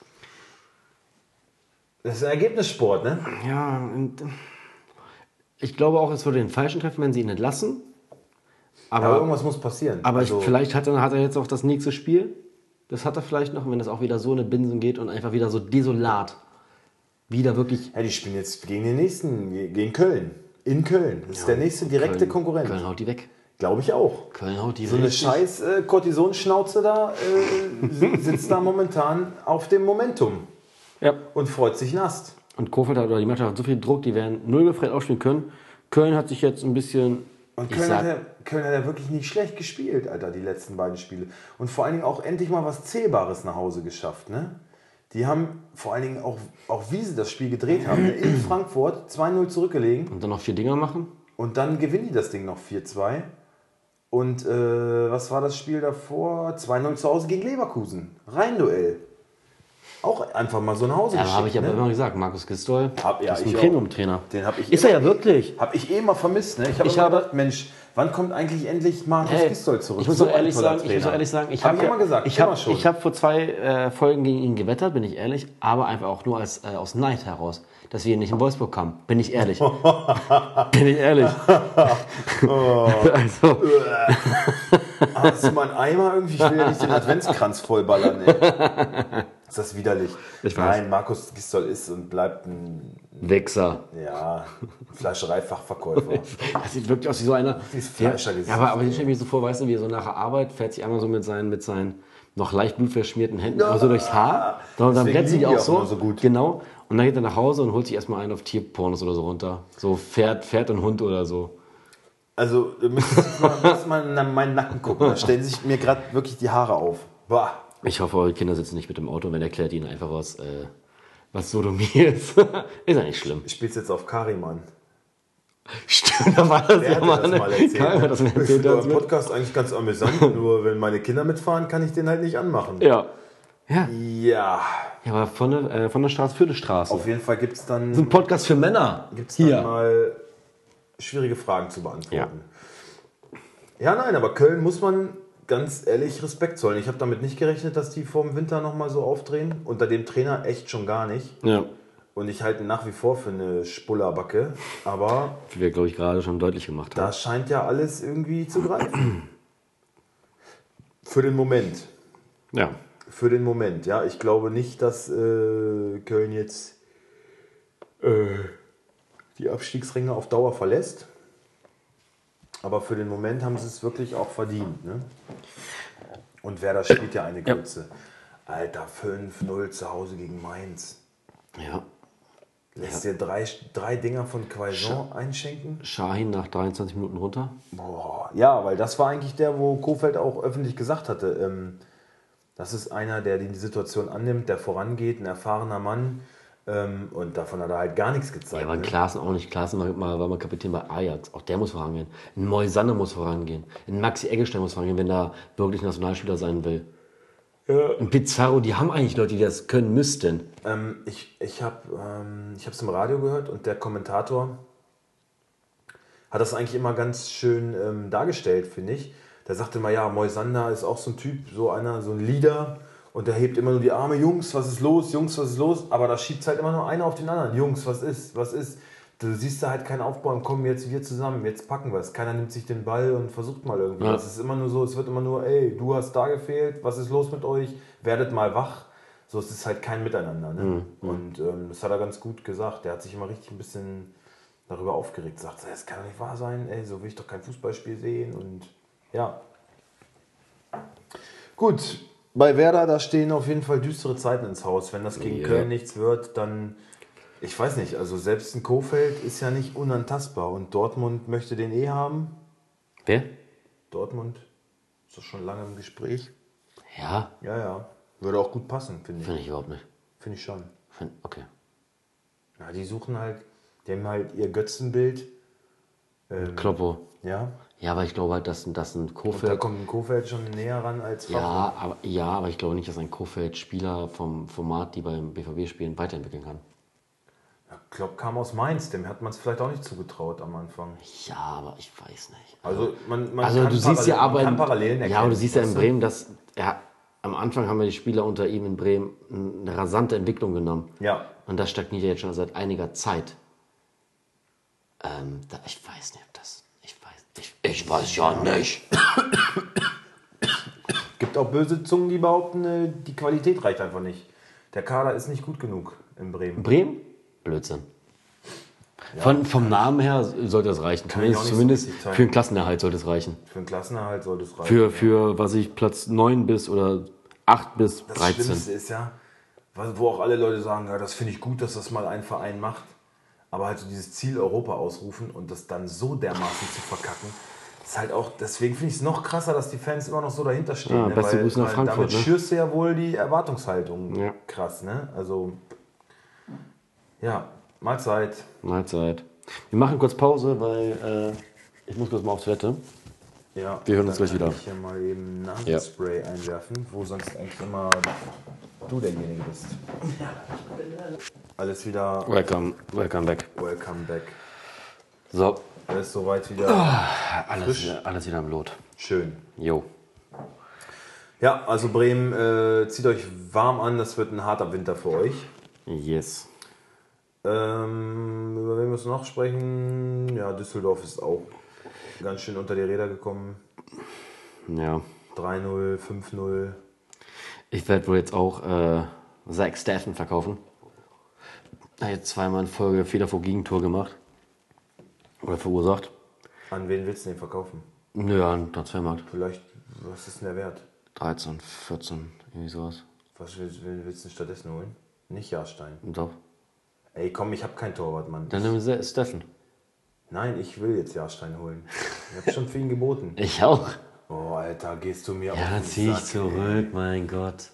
das ist ein Ergebnissport, ne? ja, und ich glaube auch, es würde den Falschen treffen, wenn sie ihn entlassen. Aber, Aber, irgendwas muss passieren. aber also, ich, vielleicht hat er, hat er jetzt auch das nächste Spiel. Das hat er vielleicht noch, wenn das auch wieder so eine Binsen geht und einfach wieder so desolat. Wieder wirklich. ja, die spielen jetzt gegen den nächsten, gegen Köln. In Köln. Das ist der nächste direkte Köln, Konkurrent. Köln haut die weg. Glaube ich auch. Köln haut die So eine richtig- scheiß äh, Kortisonschnauze da äh, sitzt da momentan auf dem Momentum Ja. und freut sich nass. Und Kofeld hat oder die Mannschaft hat so viel Druck, die werden null befreit aufspielen können. Köln hat sich jetzt ein bisschen. Und ich Köln sag, hat, ja, Köln hat ja wirklich nicht schlecht gespielt, Alter, die letzten beiden Spiele. Und vor allen Dingen auch endlich mal was Zählbares nach Hause geschafft, ne? Die haben vor allen Dingen auch, auch wie sie das Spiel gedreht haben, ne? In Frankfurt zwei null zurückgelegen und dann noch vier Dinger machen. und dann gewinnen die das Ding noch vier zwei. Und äh, was war das Spiel davor? zwei null zu Hause gegen Leverkusen. Rhein-Duell. Auch einfach mal so nach Hause Ja, geschickt. habe ich aber ne? immer gesagt, Markus Gistol Hab- ja, ist ich ein auch. Premium-Trainer. Den hab ich Ist er ja wirklich. Habe ich eh mal vermisst. Ne? Ich, hab Ich immer habe- gedacht, Mensch, wann kommt eigentlich endlich Markus Ey, Gistol zurück? Ich muss So auch ein ehrlich toller sagen, ich muss auch Trainer. ehrlich sagen, ich Hab habe ich immer gesagt, ich immer habe schon. ich habe vor zwei äh, Folgen gegen ihn gewettert, bin ich ehrlich, aber einfach auch nur als äh, aus Neid heraus, dass wir ihn nicht in Wolfsburg haben. Bin ich ehrlich. bin ich ehrlich. Also, Ah, hast du mal einen Eimer irgendwie? Ich will ja nicht den Adventskranz vollballern, ey. Ist das widerlich? Ich weiß. Nein, Markus Gistol ist und bleibt ein, Wichser. ja, Fleischereifachverkäufer. Das sieht wirklich aus wie so einer. Dieses Ja, Fleischergesicht, ja, aber, aber ich stelle mir so vor, weißt du, wie er so nach der Arbeit fährt sich einmal so mit seinen, mit seinen noch leicht blutverschmierten Händen einmal so durchs Haar. Dann, dann Deswegen brennt sie die liegen die auch auch so. immer so gut. Genau. Und dann geht er nach Hause und holt sich erstmal einen auf Tierpornos oder so runter. So Pferd, Pferd und Hund oder so. Also, du müsstest mal, müsstest mal in meinen Nacken gucken. Da stellen sich mir gerade wirklich die Haare auf. Boah. Ich hoffe, eure Kinder sitzen nicht mit dem Auto und wenn erklärt ihnen einfach was, äh, was Sodomie ist. Ist ja nicht schlimm. Ich spiel's jetzt auf Kariman. Stimmt, da war das Wer ja hat mal. dir das mal erzählt? Keiner hat das mir Ich erzählt. finde als euren mit- Podcast eigentlich ganz amüsant, nur wenn meine Kinder mitfahren, kann ich den halt nicht anmachen. Ja. Ja. Ja, Ja, aber von der, äh, von der Straße für die Straße. auf jeden Fall gibt's dann, ein Podcast für Männer. gibt's dann Hier. mal schwierige Fragen zu beantworten. Ja, nein, aber Köln muss man ganz ehrlich Respekt zollen. Ich habe damit nicht gerechnet, dass die vor dem Winter nochmal so aufdrehen. Unter dem Trainer echt schon gar nicht. Ja. Und ich halte ihn nach wie vor für eine Spullerbacke. Aber Wie wir, glaube ich, gerade schon deutlich gemacht haben. da scheint ja alles irgendwie zu greifen. Für den Moment. Ja. Für den Moment, ja. Ich glaube nicht, dass äh, Köln jetzt äh, die Abstiegsränge auf Dauer verlässt. Aber für den Moment haben sie es wirklich auch verdient. Ne? Und Werder spielt ja eine Grütze. Alter, fünf null zu Hause gegen Mainz. Ja. Lässt dir drei, drei Dinger von Quaison einschenken? Shahin nach dreiundzwanzig Minuten runter. Boah. Ja, weil das war eigentlich der, wo Kofeld auch öffentlich gesagt hatte, ähm, das ist einer, der die Situation annimmt, der vorangeht, ein erfahrener Mann. Ähm, und davon hat er halt gar nichts gezeigt. Ja, aber ein ne? Klaassen auch nicht. Klaassen war, mal- war mal Kapitän bei Ajax. Auch der muss vorangehen. Ein Moisander muss vorangehen. Ein Maxi Eggestein muss vorangehen, wenn er wirklich Nationalspieler sein will. Ein Pizarro, die haben eigentlich Leute, die das können müssten. Ähm, ich ich habe ähm, es im Radio gehört und der Kommentator hat das eigentlich immer ganz schön ähm, dargestellt, finde ich. Der sagte immer, ja, Moisander ist auch so ein Typ, so einer, so ein Leader und der hebt immer nur die Arme, Jungs, was ist los, Jungs, was ist los? Aber da schiebt halt immer nur einer auf den anderen. Jungs, was ist, was ist? Du siehst da halt keinen Aufbau und kommen jetzt wir zusammen, jetzt packen wir es. Keiner nimmt sich den Ball und versucht mal irgendwie. Ja. Es ist immer nur so, es wird immer nur, ey, du hast da gefehlt, was ist los mit euch? Werdet mal wach. So, es ist halt kein Miteinander. Ne? Mhm. Und ähm, das hat er ganz gut gesagt. Der hat sich immer richtig ein bisschen darüber aufgeregt. Sagt, das kann doch nicht wahr sein, ey, so will ich doch kein Fußballspiel sehen. Und ja. Gut, bei Werder, da stehen auf jeden Fall düstere Zeiten ins Haus. Wenn das gegen Ja. Köln nichts wird, dann, ich weiß nicht, also selbst ein Kohfeldt ist ja nicht unantastbar und Dortmund möchte den eh haben. Wer? Dortmund ist doch schon lange im Gespräch. Ja, Ja, ja, würde auch gut passen, finde ich. finde ich überhaupt nicht. Finde ich schon. Find, okay. Ja, die suchen halt, die haben halt ihr Götzenbild. Ähm, Kloppo. ja, Ja, aber ich glaube halt, dass, dass ein und da Kofeld... kommt ein Kohfeldt schon näher ran als Favre. Ja aber, ja, aber ich glaube nicht, dass ein Kofeld Spieler vom Format, die beim B V B spielen, weiterentwickeln kann. Ja, Klopp kam aus Mainz, dem hat man es vielleicht auch nicht zugetraut am Anfang. Ja, aber ich weiß nicht. Also man, man Also kann du siehst ja Parallelen- aber man kann in, Parallelen erkennen. ja, aber du siehst ja in weißt du? Bremen, dass ja, am Anfang haben wir die Spieler unter ihm in Bremen eine rasante Entwicklung genommen. Ja, Und das stagniert ja jetzt schon seit einiger Zeit. Ähm, da, ich weiß nicht, ob das. Ich weiß, ich, ich weiß ja nicht. gibt auch böse Zungen, die behaupten, äh, die Qualität reicht einfach nicht. Der Kader ist nicht gut genug in Bremen. Bremen? Blödsinn. Von, vom Namen her sollte das reichen. ich Zumindest, auch nicht so zumindest richtig teilen. für einen Klassenerhalt sollte es reichen. Für einen Klassenerhalt sollte es reichen. Für, für was ich, Platz neun bis oder acht bis das dreizehn. Schlimmste ist ja, wo auch alle Leute sagen, ja, das finde ich gut, dass das mal ein Verein macht. Aber halt so dieses Ziel Europa ausrufen und das dann so dermaßen zu verkacken, ist halt auch, deswegen finde ich es noch krasser, dass die Fans immer noch so dahinter stehen. Ja, ne? beste weil, Grüße nach weil Frankfurt, damit ne? schürst du ja wohl die Erwartungshaltung. Ja. Krass, ne? Also, ja, Mahlzeit. Mahlzeit. Wir machen kurz Pause, weil äh, ich muss kurz mal auf Toilette. Ja, Wir hören uns dann gleich wieder. kann ich hier mal eben Nasenspray einwerfen, wo sonst eigentlich immer du derjenige bist. Alles wieder Welcome, welcome back. welcome back. So, Alles soweit wieder alles wieder, alles wieder im Lot. schön. Jo. Ja, also Bremen, äh, zieht euch warm an, das wird ein harter Winter für euch. Yes. Ähm, über wen müssen wir noch sprechen? Ja, Düsseldorf ist auch ganz schön unter die Räder gekommen. Ja. drei null, fünf null. Ich werde wohl jetzt auch äh, Zach Steffen verkaufen. Er hat jetzt zweimal in Folge Fehler vor Gegentor gemacht. Oder verursacht. An wen willst du den verkaufen? Nö, an Transfermarkt. Vielleicht, was ist denn der Wert? dreizehn, vierzehn, irgendwie sowas. Was willst, wen willst du stattdessen holen? Nicht Jahrstein. Doch. Ey, komm, ich habe keinen Torwart, Mann. Dann nehmen wir Steffen. Nein, ich will jetzt Jahrstein holen. Ich habe schon für ihn geboten. Ich auch. Oh, Alter, gehst du mir auf Ja, dann den zieh ich Sack, zurück, mein Gott.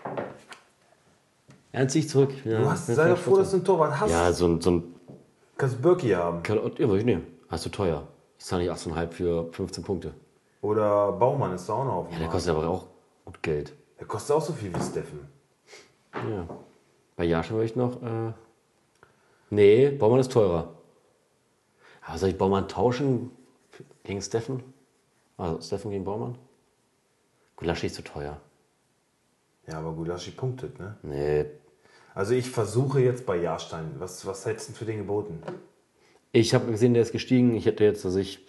Ja, dann zieh ich zurück. Ja, Du hast, sei doch froh, dass du einen Torwart hast. Ja, so ein, so ein Kannst Birki haben. ja, würde ich nehmen. Hast du teuer. Ich zahle nicht achtzehn Komma fünf für fünfzehn Punkte. Oder Baumann ist da auch noch auf dem Ja, der Markt. kostet aber auch gut Geld. Der kostet auch so viel wie Steffen. Ja. Bei Jascha würde ich noch. Äh, nee, Baumann ist teurer. Aber soll ich Baumann tauschen gegen Steffen? Also Steffen gegen Baumann? Gulaschi ist zu teuer. Ja, aber Gulaschi punktet, ne? Nee. Also ich versuche jetzt bei Jahrstein. Was, was hättest du für den geboten? Ich habe gesehen, der ist gestiegen. Ich hätte jetzt, dass ich.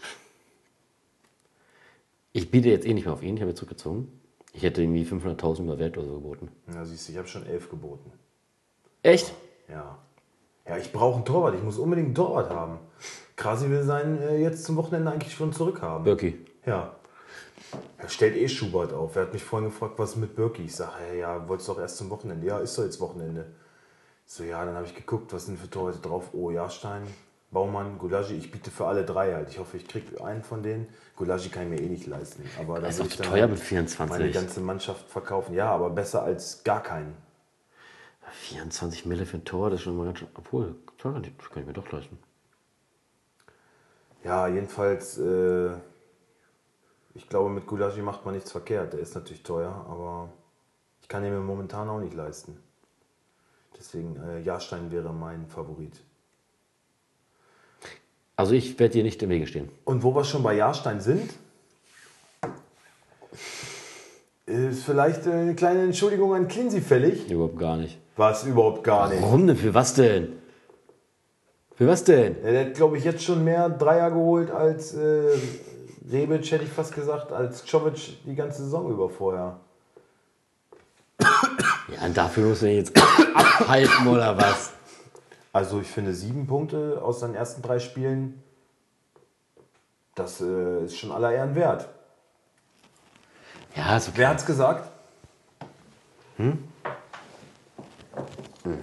Ich biete jetzt eh nicht mehr auf ihn. Ich habe jetzt zurückgezogen. Ich hätte irgendwie fünfhunderttausend über Wert oder so geboten. Ja, siehst du, ich habe schon elf geboten. Echt? Ja. Ja, ich brauche einen Torwart. Ich muss unbedingt einen Torwart haben. Krasi will seinen äh, jetzt zum Wochenende eigentlich schon zurückhaben. Birki. Ja. Er stellt eh Schubert auf. Er hat mich vorhin gefragt, was ist mit Birki? Ich sage, hey, ja, wolltest du doch erst zum Wochenende? Ja, ist doch jetzt Wochenende. So, ja, dann habe ich geguckt, was sind für Torhüter drauf? Oh, Jahrstein, Baumann, Gulaschi. Ich biete für alle drei halt. Ich hoffe, ich kriege einen von denen. Gulaschi kann ich mir eh nicht leisten. Aber dann Das ist will doch ich zu dann teuer halt mit vierundzwanzig. meine ganze Mannschaft verkaufen. Ja, aber besser als gar keinen. vierundzwanzig Mille für ein Tor, das ist schon mal ganz schön. Obwohl, teurer, das kann ich mir doch leisten. Ja, jedenfalls, äh, ich glaube, mit Gulaschi macht man nichts verkehrt. Der ist natürlich teuer, aber ich kann ihn mir momentan auch nicht leisten. Deswegen, äh, Jahrstein wäre mein Favorit. Also ich werde dir nicht im Wege stehen. Und wo wir schon bei Jahrstein sind, ist vielleicht eine kleine Entschuldigung an Cleansy fällig. Überhaupt gar nicht. War es überhaupt gar nicht. Warum denn? Für was denn? Für was denn? Ja, der hat, glaube ich, jetzt schon mehr Dreier geholt als äh, Rebic, hätte ich fast gesagt, als Czovic die ganze Saison über vorher. Ja, und dafür musst du ihn jetzt abhalten oder was? Also ich finde sieben Punkte aus seinen ersten drei Spielen, das äh, ist schon aller Ehren wert. Ja, ist okay. Wer hat's gesagt?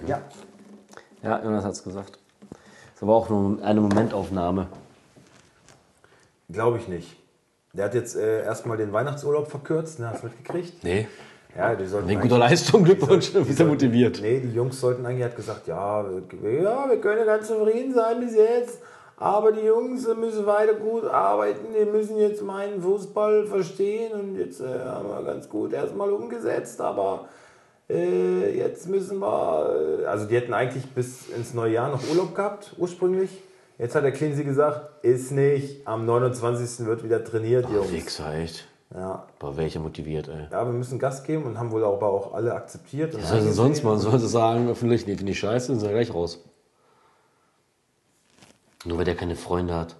Ja. Ja, Jonas hat es gesagt. Ist aber auch nur eine Momentaufnahme. Glaube ich nicht. Der hat jetzt äh, erstmal den Weihnachtsurlaub verkürzt, ne? Hast du mitgekriegt? Nee. Ja, die sollten Wegen eigentlich- guter Leistung, Glückwunsch, die du sollten- bist ja die motiviert. sollten- Nee, die Jungs sollten eigentlich, hat gesagt, ja, wir, ja, wir können ganz zufrieden sein bis jetzt, aber die Jungs müssen weiter gut arbeiten, die müssen jetzt meinen Fußball verstehen und jetzt äh, haben wir ganz gut erstmal umgesetzt, aber äh, jetzt müssen wir, äh, also die hätten eigentlich bis ins neue Jahr noch Urlaub gehabt, ursprünglich. Jetzt hat der Klinsi gesagt, ist nicht, am neunundzwanzigsten wird wieder trainiert, Jungs. Wichser, echt. Ja. Boah, welcher motiviert, ey. Ja, wir müssen Gas geben und haben wohl aber auch alle akzeptiert. Und Was soll denn sonst eingesehen. machen? Sollen sie sagen, öffentlich, nee, finde ich scheiße, dann sind sie gleich raus. Nur weil der keine Freunde hat.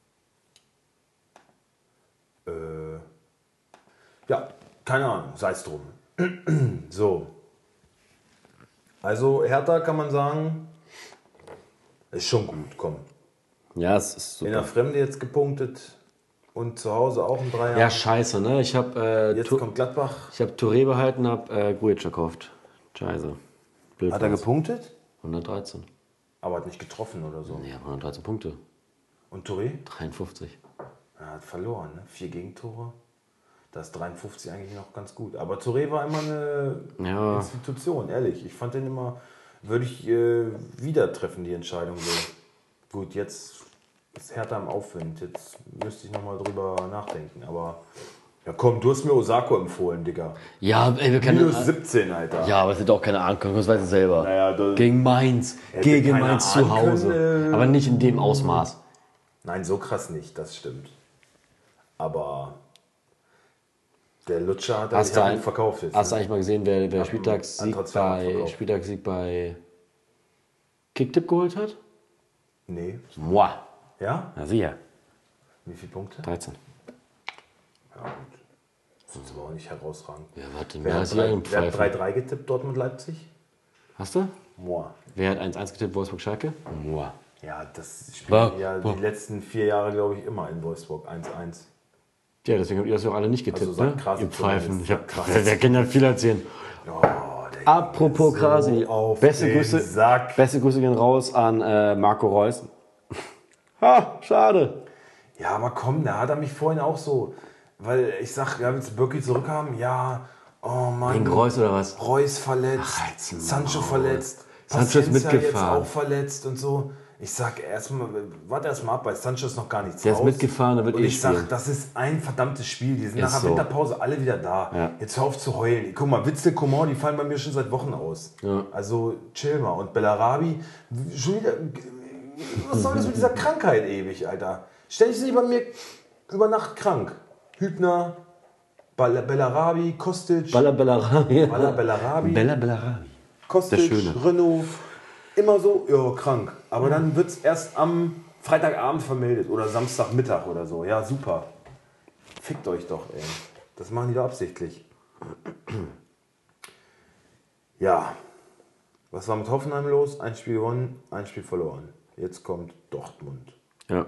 Äh, ja, keine Ahnung, sei es drum. So. Also Hertha kann man sagen, ist schon gut, komm. Ja, es ist In super. der Fremde jetzt gepunktet und zu Hause auch ein Dreier. Ja, scheiße, ne? Ich habe äh, Jetzt Tu- kommt Gladbach. ich hab Touré behalten, hab äh, Grujic verkauft. Scheiße. Blöd Hat er war's. gepunktet? hundertdreizehn. Aber hat nicht getroffen oder so. Nee, hundertdreizehn Punkte. Und Touré? dreiundfünfzig. Er hat verloren, ne? Vier Gegentore. Das ist dreiundfünfzig eigentlich noch ganz gut. Aber Touré war immer eine Ja. Institution, ehrlich. Ich fand den immer, würde ich äh, wieder treffen, die Entscheidung so. Gut, jetzt ist Hertha im Aufwind. Jetzt müsste ich nochmal drüber nachdenken. Aber ja komm, du hast mir Osako empfohlen, Digga. Ja, ey, wir können. Minus siebzehn, Alter. Ja, aber es sind auch keine Ahnung, das weiß ich selber. Naja, das- Gegen Mainz. Hätte Gegen keiner Mainz ahnen zu Hause. können, äh, Aber nicht in dem Ausmaß. Nein, so krass nicht, das stimmt. Aber der Lutscher hat Hast ich du, hab ihn ein, verkauft jetzt. hast du ne? eigentlich mal gesehen, wer, wer Hab Spieltagssieg einen Transfermarkt bei, verkauft. Spieltagssieg bei Kicktipp geholt hat? Nee. Moi. Ja? Na sicher. Wie viele Punkte? dreizehn. Ja, gut. Das ist aber auch nicht herausragend. Ja, warte, Wer wer hat hat sich einen drei- wer hat Pfeifen? drei drei getippt, Dortmund-Leipzig? Hast du? Moi. Wer hat eins eins getippt, Wolfsburg-Schalke? Moi. Ja, das spielt War- ja war- die letzten vier Jahre, glaube ich, immer in Wolfsburg. eins eins. Ja, deswegen habt ihr das ja auch alle nicht getippt, Also sagt ne? Krasi Ihr Pfeifen. zumindest. Ich hab, Krasi. wer, wer kann ja viel erzählen. Oh, der Apropos geht so Krasi, auf beste den Grüße, Sack. beste Grüße gehen raus an äh, Marco Reus. Ha, schade. Ja, aber komm, da hat er mich vorhin auch so. Weil ich sag, ja, willst du Birki zurückhaben? Ja, oh Mann. Wegen Reus oder was? Reus verletzt, Ach, halt's Maul. Sancho verletzt, Sancho ist Paciencia mitgefahren. jetzt auch verletzt und so. Ich sag erstmal, warte erstmal ab, bei Sancho ist noch gar nichts Der ist raus. mitgefahren, der wird und eh ich sag, spielen. das ist ein verdammtes Spiel. Die sind Ist nach der so. Winterpause alle wieder da. Ja. Jetzt hör auf zu heulen. Guck mal, Witzel, Coman, die fallen bei mir schon seit Wochen aus. Ja. Also chill mal. Und Bellarabi, schon wieder, was soll das mit dieser Krankheit ewig, Alter? Stell dich nicht bei mir über Nacht krank. Hübner, Ball- Bellarabi, Kostic, Balla Bellarabi. Balla Bellarabi. Bella Bellarabi. Der Kostic, Schöne. Renault, immer so, ja, krank. Aber dann wird es erst am Freitagabend vermeldet oder Samstagmittag oder so. Ja, super. Fickt euch doch, ey. Das machen die da absichtlich. Ja. Was war mit Hoffenheim los? Ein Spiel gewonnen, ein Spiel verloren. Jetzt kommt Dortmund. Ja.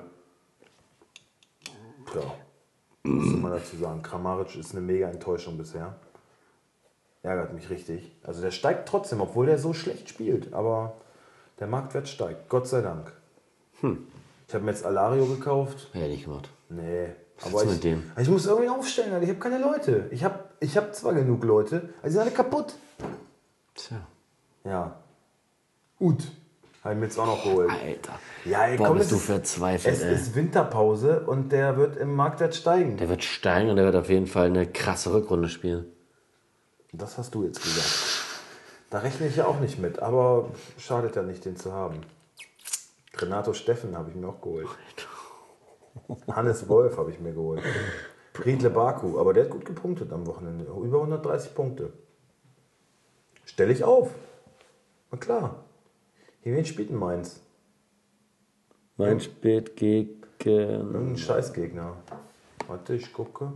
Ja. Was soll man dazu sagen? Kramaric ist eine mega Enttäuschung bisher. Ärgert mich richtig. Also der steigt trotzdem, obwohl der so schlecht spielt. Aber der Marktwert steigt. Gott sei Dank. Hm. Ich habe mir jetzt Alario gekauft. Hätte ich gemacht. Nee. Was Aber ist ich, mit dem? ich muss irgendwie aufstellen, Alter. Ich habe keine Leute. Ich habe ich hab zwar genug Leute, aber die sind alle kaputt. Tja. Ja. Gut. Habe ich mir jetzt auch noch geholt. Alter. Ja, ey, Boah, komm, bist es du ist- verzweifelt, Es ey. ist Winterpause und der wird im Marktwert steigen. Der wird steigen und der wird auf jeden Fall eine krasse Rückrunde spielen. Das hast du jetzt gesagt. Da rechne ich ja auch nicht mit, aber schadet ja nicht, den zu haben. Renato Steffen habe ich mir auch geholt. Hannes Wolf habe ich mir geholt. Riedle Baku, aber der hat gut gepunktet am Wochenende. Über hundertdreißig Punkte. Stelle ich auf. Na klar. Hier wen spielt denn Mainz? Mein Spät gegen. Irgendein Scheißgegner. Warte, ich gucke.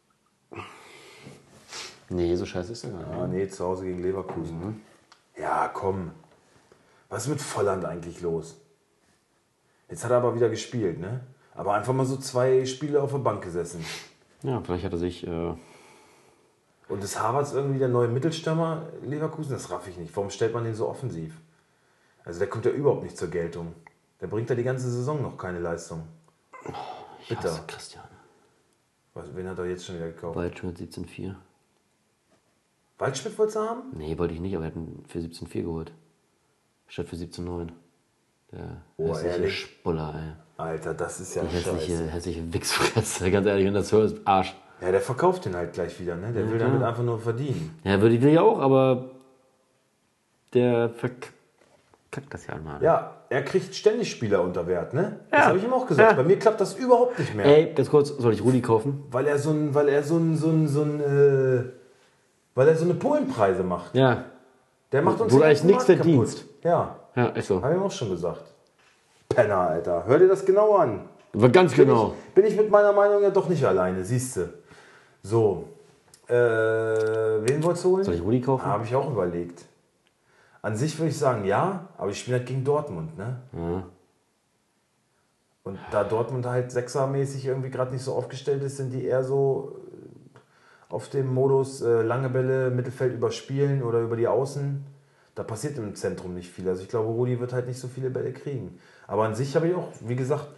Nee, so scheiße ist er gar nicht. Ah, nee, zu Hause gegen Leverkusen. Ne? Ja, komm. Was ist mit Volland eigentlich los? Jetzt hat er aber wieder gespielt, ne? Aber einfach mal so zwei Spiele auf der Bank gesessen. Ja, vielleicht hat er sich äh, Und ist Havertz irgendwie der neue Mittelstürmer Leverkusen? Das raff ich nicht. Warum stellt man den so offensiv? Also der kommt ja überhaupt nicht zur Geltung. Der bringt ja die ganze Saison noch keine Leistung. Ich hasse Bitter. Christian. Was, wen hat er jetzt schon wieder gekauft? Waldschmidt siebzehn vier. Waldschmidt wolltest du haben? Nee, wollte ich nicht, aber er hat ihn für siebzehn vier geholt. Statt für siebzehn neun. Der Oh, hässliche ehrlich? Spuller, ey. Alter, das ist ja Die hässliche, scheiße. hässliche Wichsfresse, ganz ehrlich. Und das Hör ist Arsch. Ja, der verkauft den halt gleich wieder, ne? Der Ja, will klar. damit einfach nur verdienen. Ja, würde ich will ja auch, aber der verkackt das ja einmal. Ja, er kriegt ständig Spieler unter Wert, ne? Das Ja. habe ich ihm auch gesagt. Ja. Bei mir klappt das überhaupt nicht mehr. Ey, ganz kurz, soll ich Rudi kaufen? Weil er so ein, weil er so ein, so ein, so ein, äh, weil er so eine Polenpreise macht. Ja. Der macht uns Wo du den eigentlich ganzen nichts Markt verdienst. kaputt. Ja, Ja, ist so. habe ich ihm auch schon gesagt. Penner, Alter. Hör dir das genau an. Aber ganz Bin genau. ich, bin ich mit meiner Meinung ja doch nicht alleine, siehst du. So. Äh, wen wolltest du holen? Soll ich Rudi kaufen? Habe ich auch überlegt. An sich würde ich sagen, ja, aber ich spiele halt gegen Dortmund, ne? Ja. Und da Dortmund halt sechsermäßig irgendwie gerade nicht so aufgestellt ist, sind die eher so äh, auf dem Modus äh, lange Bälle, Mittelfeld überspielen oder über die Außen. Da passiert im Zentrum nicht viel. Also ich glaube, Rudi wird halt nicht so viele Bälle kriegen. Aber an sich habe ich auch, wie gesagt,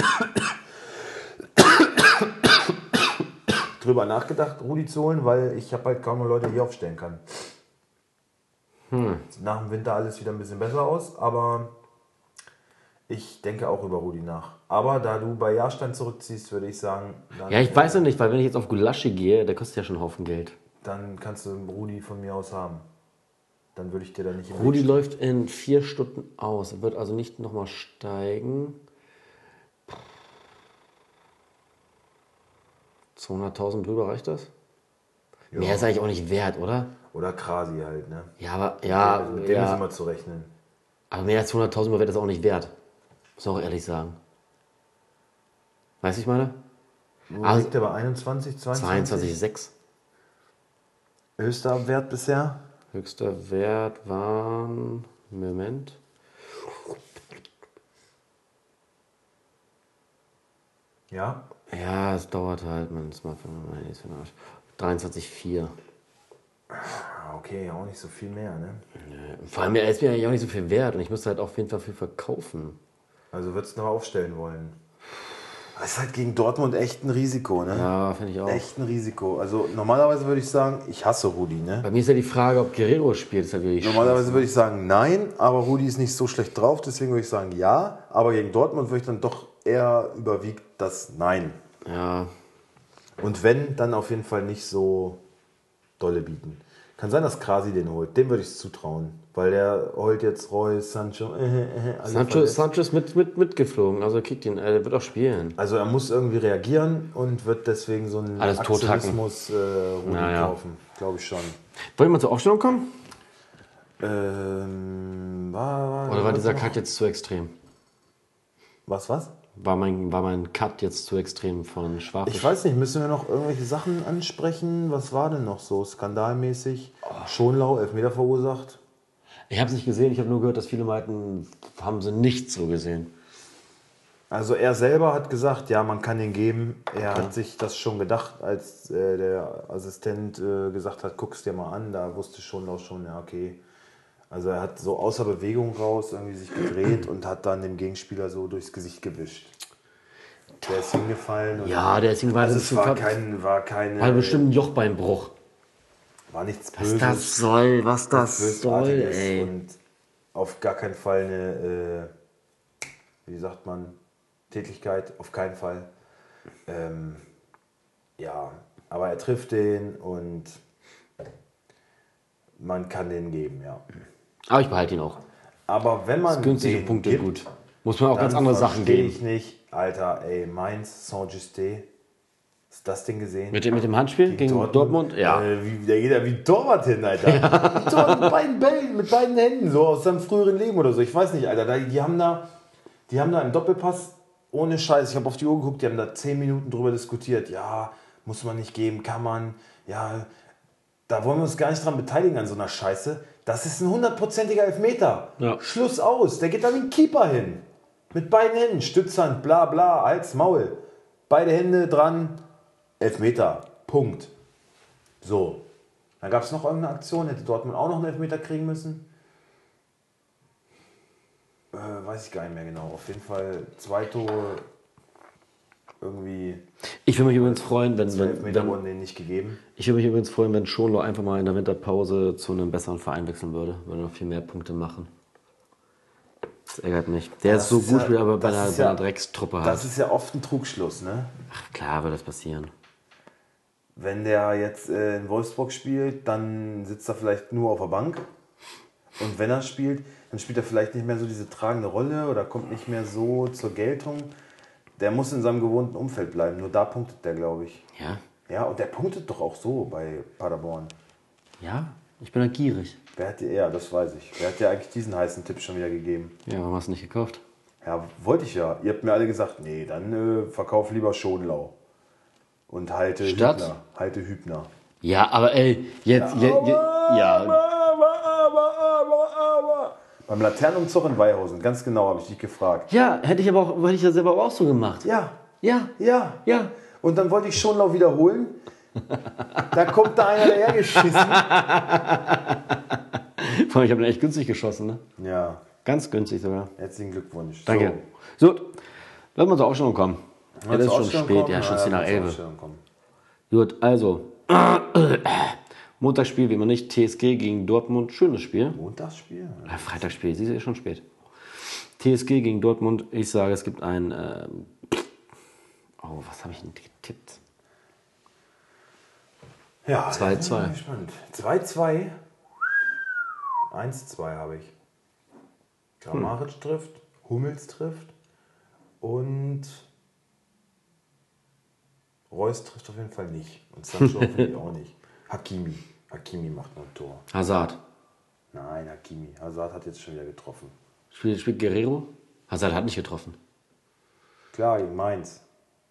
drüber nachgedacht, Rudi zu holen, weil ich habe halt kaum noch Leute hier aufstellen kann. Hm. Nach dem Winter alles wieder ein bisschen besser aus, aber ich denke auch über Rudi nach. Aber da du bei Jahrstein zurückziehst, würde ich sagen, dann, Ja, ich weiß noch nicht, weil wenn ich jetzt auf Gulaschi gehe, der kostet ja schon einen Haufen Geld. dann kannst du Rudi von mir aus haben. Dann würde ich dir da nicht im Rudi Weg läuft in vier Stunden aus. Er wird also nicht nochmal steigen. zweihunderttausend drüber, reicht das? Ja. Mehr ist eigentlich auch nicht wert, oder? Oder Krasi halt, ne? Ja, aber, ja, mit dem ist ja, immer zu rechnen. aber mehr als zweihunderttausend wäre das auch nicht wert. Muss ich auch ehrlich sagen. Weißt du, ich meine? Wo Also- liegt der bei einundzwanzig, zweiundzwanzig? zweiundzwanzig Komma sechs. Höchster Wert bisher? Höchster Wert waren. Moment. Ja. Ja, es dauert halt, man ist mal für nein, ist für den Arsch. dreiundzwanzig Komma vier. Ah, okay, auch nicht so viel mehr, ne? Vor allem, er ist mir eigentlich auch nicht so viel wert und ich müsste halt auf jeden Fall viel verkaufen. Also würdest du noch aufstellen wollen? Das ist halt gegen Dortmund echt ein Risiko, ne? Ja, finde ich auch. Echt ein Risiko. Also normalerweise würde ich sagen, ich hasse Rudi, ne? Bei mir ist ja die Frage, ob Guerrero spielt. Ist halt wirklich Normalerweise würde ich sagen, nein, aber Rudi ist nicht so schlecht drauf, deswegen würde ich sagen, ja. Aber gegen Dortmund würde ich dann doch eher überwiegt das Nein. Ja, Und wenn, dann auf jeden Fall nicht so dolle bieten. Kann sein, dass Krasi den holt. Dem würde ich es zutrauen. Weil der holt jetzt Reus, Sancho, äh, äh, alle Sancho, verletzt. Sancho ist mit, mit, mitgeflogen, also er kriegt ihn, er wird auch spielen. Also er muss irgendwie reagieren und wird deswegen so einen Alles tothacken. Aktionismus äh, Rudi Na ja. kaufen. Glaube ich schon. Wollen wir mal zur Aufstellung kommen? Ähm, war, war, Oder war dieser Cut jetzt zu extrem? Was, was? War mein, war mein Cut jetzt zu extrem von Schwafisch? Ich weiß nicht, müssen wir noch irgendwelche Sachen ansprechen? Was war denn noch so skandalmäßig? Schonlau, Elfmeter verursacht. Ich habe es nicht gesehen, ich habe nur gehört, dass viele meinten, haben sie nicht so gesehen. Also er selber hat gesagt, ja, man kann den geben. Er hat sich das schon gedacht, als äh, der Assistent äh, gesagt hat, guck's dir mal an. Da wusste Schonlau schon, ja, okay. Also er hat so außer Bewegung raus irgendwie sich gedreht und hat dann dem Gegenspieler so durchs Gesicht gewischt. Der ist hingefallen. Und Ja, der ist hingefallen. Also Das es ist war, super- kein, war keine... War bestimmt ein Jochbeinbruch. War nichts Was Böses. das soll, was das soll, Bösartiges ey. und auf gar keinen Fall eine, äh, wie sagt man, Tätigkeit, auf keinen Fall. Ähm, ja, aber er trifft den und man kann den geben, ja. Aber ich behalte ihn auch. Aber wenn man Günstige den Punkte, gibt, gut. Muss man auch dann ganz andere Sachen verstehe geben. ich nicht, Alter, ey, Mainz, Saint-Justé, hast du das Ding gesehen? Mit dem, mit dem Handspiel gegen Dortmund? Ja. Äh, wie, der geht ja wie ein Torwart hin, Alter. Ein Torwart mit beiden Bällen, mit beiden Händen, so aus seinem früheren Leben oder so. Ich weiß nicht, Alter. Da, die, haben da, die haben da im Doppelpass, ohne Scheiß, ich habe auf die Uhr geguckt, die haben da zehn Minuten drüber diskutiert. Ja, muss man nicht geben, kann man. Ja, da wollen wir uns gar nicht dran beteiligen an so einer Scheiße. Das ist ein hundertprozentiger Elfmeter. Ja. Schluss aus. Der geht da wie ein Keeper hin. Mit beiden Händen, Stützhand, bla bla, Hals, Maul. Beide Hände dran, Elfmeter. Punkt. So. Dann gab es noch irgendeine Aktion, hätte Dortmund auch noch einen Elfmeter kriegen müssen. Äh, weiß ich gar nicht mehr genau. Auf jeden Fall zwei Tore irgendwie. Ich würde mich übrigens freuen, wenn, Zwei wenn, Elfmeter wenn wurden denen nicht gegeben. ich würde mich übrigens freuen, wenn Schonlau einfach mal in der Winterpause zu einem besseren Verein wechseln würde, würde noch viel mehr Punkte machen. Das ärgert mich. Der Das ist so ist gut, ja- wie er aber bei das einer, ist bei ja- einer Dreckstruppe hat. Das ist ja oft ein Trugschluss, ne? Ach, klar wird das passieren. Wenn der jetzt äh, in Wolfsburg spielt, dann sitzt er vielleicht nur auf der Bank. Und wenn er spielt, dann spielt er vielleicht nicht mehr so diese tragende Rolle oder kommt nicht mehr so zur Geltung. Der muss in seinem gewohnten Umfeld bleiben. Nur da punktet der, glaube ich. Ja? Ja, und der punktet doch auch so bei Paderborn. Ja? Ich bin da gierig. Wer hat dir, ja, das weiß ich. Wer hat dir eigentlich diesen heißen Tipp schon wieder gegeben? Ja, warum hast du nicht gekauft? Ja, wollte ich ja. Ihr habt mir alle gesagt, nee, dann äh, verkauf lieber Schonlau. Und halte Statt? Hübner. Halte Hübner. Ja, aber ey, jetzt, ja, je, je, ja, Aber, aber, aber, aber. Beim Laternenumzug in Weihausen, ganz genau, habe ich dich gefragt. ja, hätte ich aber auch, hätte ich ja selber auch so gemacht. Ja, Ja, ja. ja. Und dann wollte ich Schonlau wiederholen. Da kommt da einer dahergeschissen. Vor allem, ich habe den echt günstig geschossen, ne? Ja, Ganz günstig sogar. herzlichen Glückwunsch. Danke. So, lassen wir zur Aufstellung kommen. Ja, das ist schon Ausstellung spät, kommen? ja, schon zehn nach lass zur elf. Ausstellung kommen. Gut, also. Montagsspiel, wie man nicht. T S G gegen Dortmund. Schönes Spiel. Montagsspiel? Äh, Freitagsspiel, siehst du, ist schon spät. T S G gegen Dortmund. Ich sage, es gibt ein. Ähm, oh, was habe ich denn getippt? Ja, zwei jetzt bin ich zwei. mal gespannt. zwei zwei. eins zwei habe ich. Kramaric trifft, Hummels trifft und Reus trifft auf jeden Fall nicht. Und Sancho hoffentlich auch nicht. Hakimi. Hakimi macht noch ein Tor. Hazard. Nein, Hakimi. Hazard hat jetzt schon wieder getroffen. Spielt, spielt Guerrero? Hazard hat nicht getroffen. Klar, gegen Mainz.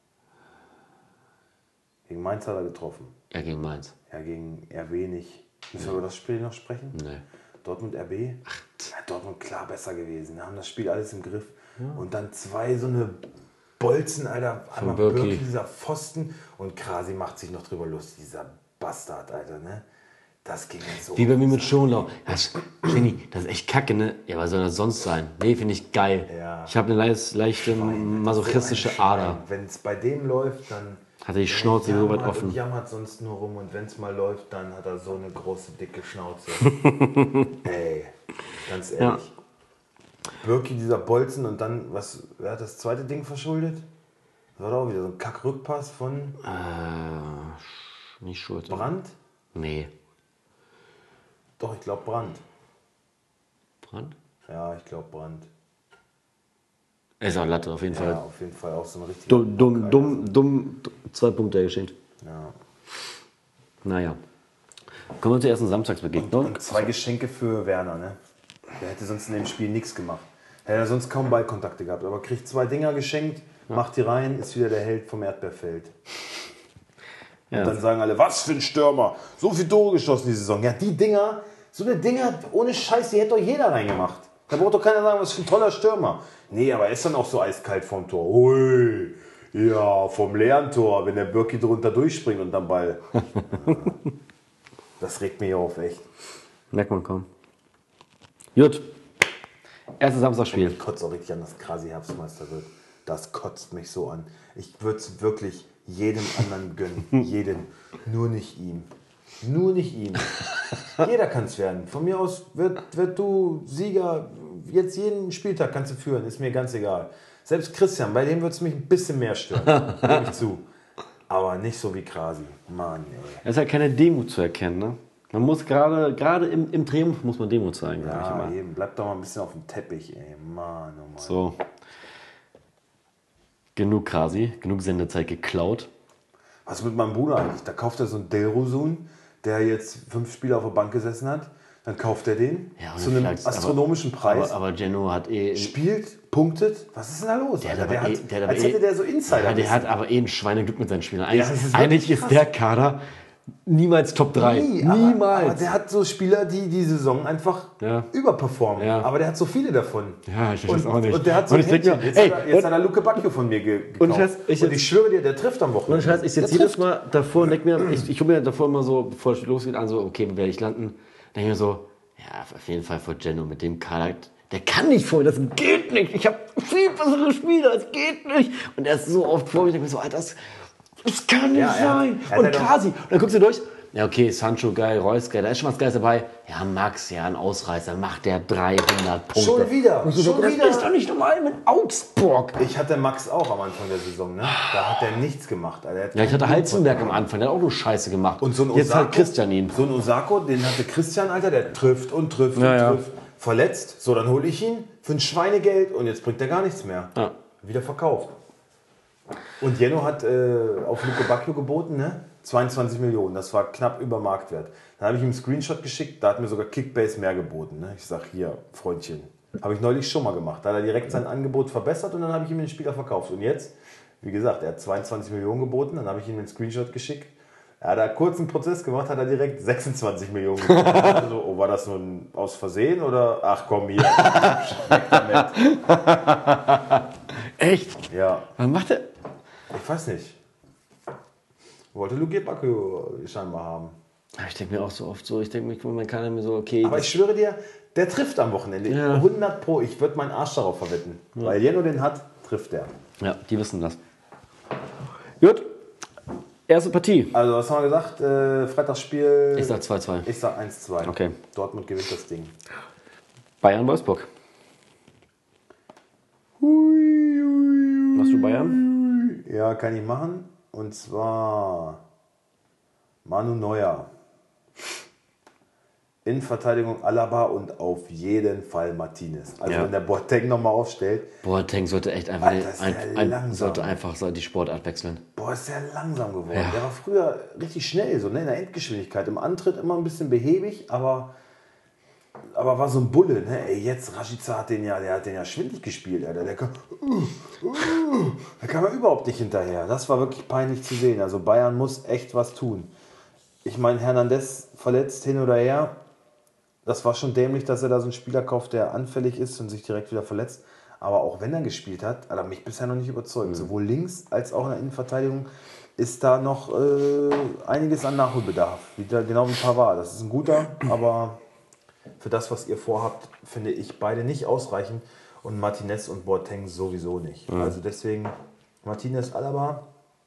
Gegen Mainz hat er getroffen. Ja, gegen Mainz. Ja, gegen R B nicht. Müssen wir über das Spiel noch sprechen? Nee. Dortmund R B? Ja, Dortmund klar besser gewesen. Wir haben das Spiel alles im Griff. Und dann zwei so eine Bolzen, Alter. Einmal Birki. Birki, dieser Pfosten. Und Krasi macht sich noch drüber lustig. Dieser Bastard, Alter, ne? Das ging mir so. Wie bei mir mit Schonlau. Das, Jenny, das ist echt kacke, ne? Ja, was soll das sonst sein? Nee, finde ich geil. Ja. Ich habe eine leicht, leichte masochistische Ader. Wenn es bei dem läuft, dann Hatte die Schnauze so weit jammert offen. und jammert sonst nur rum. Und wenn es mal läuft, dann hat er so eine große, dicke Schnauze. Ey, ganz ehrlich. Birki, dieser Bolzen und dann, was, wer hat das zweite Ding verschuldet? Das war doch auch wieder so ein Kack-Rückpass von Äh, nicht Schulze. Brandt? Nee. Doch, ich glaube Brandt. Brand? Ja, ich glaube Brandt. Er ist auch Latte, auf jeden Ja, Fall. auf jeden Fall auch so ein richtiger Dumm, dumm, Bock, dumm, dumm. Zwei Punkte geschenkt. Ja. Naja. Kommen wir zur ersten Samstagsbegegnung. Und zwei Geschenke für Werner, ne? Der hätte sonst in dem Spiel nichts gemacht. Hätte er sonst kaum Ballkontakte gehabt. Aber kriegt zwei Dinger geschenkt, macht die rein, ist wieder der Held vom Erdbeerfeld. Ja. Und dann sagen alle, was für ein Stürmer. So viele Tore geschossen die Saison. Ja, die Dinger, so eine Dinger, ohne Scheiß, die hätte doch jeder reingemacht. Da braucht doch keiner sagen, was für ein toller Stürmer. Nee, aber er ist dann auch so eiskalt vom Tor. Ui, ja, vom leeren Tor, wenn der Birki drunter durchspringt und dann Ball. Das regt mich auf, echt. Merkt man kaum. Gut. Erstes Samstagsspiel. Ich kotze auch richtig an, dass Krasi Herbstmeister wird. Das kotzt mich so an. Ich würde es wirklich jedem anderen gönnen. Jedem. Nur nicht ihm. Nur nicht ihm. Jeder kann es werden. Von mir aus wird, wird du Sieger. Jetzt jeden Spieltag kannst du führen. Ist mir ganz egal. Selbst Christian, bei dem würde es mich ein bisschen mehr stören. Gebe ich zu. Aber nicht so wie Krasi. Mann, ey. Es ist halt keine Demut zu erkennen, ne? Man muss gerade, gerade im, im Triumph muss man Demut zeigen, sag ich Ja, immer. eben. Bleib doch mal ein bisschen auf dem Teppich, ey. Mann, oh Mann. So. Genug Krasi, genug Sendezeit geklaut. Was ist mit meinem Bruder eigentlich? Da kauft er so einen Delrosun, der jetzt fünf Spiele auf der Bank gesessen hat. Dann kauft er den Ja, und zu einem vielleicht- astronomischen aber, Preis. Aber, aber Geno hat eh... Spielt, punktet. Was ist denn da los? Der hat Alter? aber Der eh- hat, der hat aber als eh- hätte der so Insider. Ja, der hat aber eh ein Schweineglück mit seinen Spielern. Eigentlich, Ja, das ist eigentlich wirklich ist der Kader niemals Top drei. Nie, aber, niemals. aber der hat so Spieler, die die Saison einfach Ja. überperformen. Ja. Aber der hat so viele davon. Ja, ich weiß und, auch nicht. Und der hat so Und ein ich denk mir, Händchen. Jetzt, ey, hat, er, jetzt und- hat er Luke Bacchio von mir ge gekauft. Und ich weiß, ich und jetzt- ich schwöre dir, der trifft am Wochenende. Und ich weiß, ich Der sitze jedes trifft. Mal davor und denke mir, ich, ich gucke mir davor immer so, bevor es losgeht, an, so, okay, wo werde ich landen? Denke mir so, ja, auf jeden Fall vor Geno mit dem Kader. Der kann nicht vor mir, das geht nicht. Ich habe viel bessere Spieler, das geht nicht. Und er ist so oft vor mir, ich denke mir so, Alter, das, das kann nicht Ja, er hat- sein. er hat und halt auch- Kasi, und dann guckst du durch. Ja, okay, Sancho geil, Reus geil, da ist schon was Geiles dabei. Ja, Max, ja, ein Ausreißer, macht der dreihundert Punkte. Schon wieder, Und ich so, schon das wieder. ist doch nicht normal mit Augsburg. Ich hatte Max auch am Anfang der Saison, ne? Da hat er nichts gemacht. Alter. Er hat Ja, ich hatte keinen Halzenberg am Anfang, der hat auch nur Scheiße gemacht. Und so ein Jetzt Osako, halt Christian ihn. So ein Osako, den hatte Christian, Alter, der trifft und trifft Ja, und ja. trifft. Verletzt, so dann hole ich ihn für ein Schweinegeld und jetzt bringt er gar nichts mehr. Ja. Wieder verkauft. Und Jeno hat äh, auf Luke Bacchio geboten, ne? zweiundzwanzig Millionen, das war knapp über Marktwert. Dann habe ich ihm einen Screenshot geschickt, da hat mir sogar Kickbase mehr geboten. Ne? Ich sag hier, Freundchen, habe ich neulich schon mal gemacht. Da hat er direkt sein Angebot verbessert und dann habe ich ihm den Spieler verkauft. Und jetzt, wie gesagt, er hat zweiundzwanzig Millionen geboten, dann habe ich ihm einen Screenshot geschickt. Er hat da kurz einen Prozess gemacht, hat er direkt sechsundzwanzig Millionen geboten. Also, oh, war das nun aus Versehen oder, ach komm hier, schmeckt damit. Echt? Ja, Was macht er? ich weiß nicht. Wollte Luke Bacchio scheinbar haben. Ich denke mir auch so oft so, ich denke mir, man kann mir so, okay. Aber ich schwöre dir, der trifft am Wochenende. Ja. hundert Pro. Ich würde meinen Arsch darauf verwetten. Weil Jeno den hat, trifft der. ja, die wissen das. Gut, erste Partie. Also, was haben wir gesagt? Äh, Freitagsspiel. Ich sag zwei zwei. Ich sag eins zwei. Okay. Dortmund gewinnt das Ding. Bayern-Wolfsburg. Machst du Bayern? Ja, kann ich machen. Und zwar Manu Neuer. Innenverteidigung Alaba und auf jeden Fall Martinez. Also Ja. wenn der Boateng nochmal aufstellt, Boateng sollte echt einfach, Alter, ist ein, der ein, langsam. sollte einfach so die Sportart wechseln. boah, ist der langsam geworden. Ja. Der war früher richtig schnell, so ne, in der Endgeschwindigkeit. Im Antritt immer ein bisschen behäbig, aber, aber war so ein Bulle. Ne? Ey, jetzt Rashica hat den ja, der hat den ja schwindlig gespielt. Alter. Der kam, uh, uh, da kam er überhaupt nicht hinterher. Das war wirklich peinlich zu sehen. Also Bayern muss echt was tun. Ich meine, Hernandez verletzt hin oder her. Das war schon dämlich, dass er da so einen Spieler kauft, der anfällig ist und sich direkt wieder verletzt. Aber auch wenn er gespielt hat, hat er mich bisher noch nicht überzeugt. Mhm. Sowohl links als auch in der Innenverteidigung ist da noch äh, einiges an Nachholbedarf. Wieder, genau wie Pavard. Das ist ein guter, aber für das, was ihr vorhabt, finde ich beide nicht ausreichend. Und Martinez und Boateng sowieso nicht. Mhm. Also deswegen Martinez, Alaba,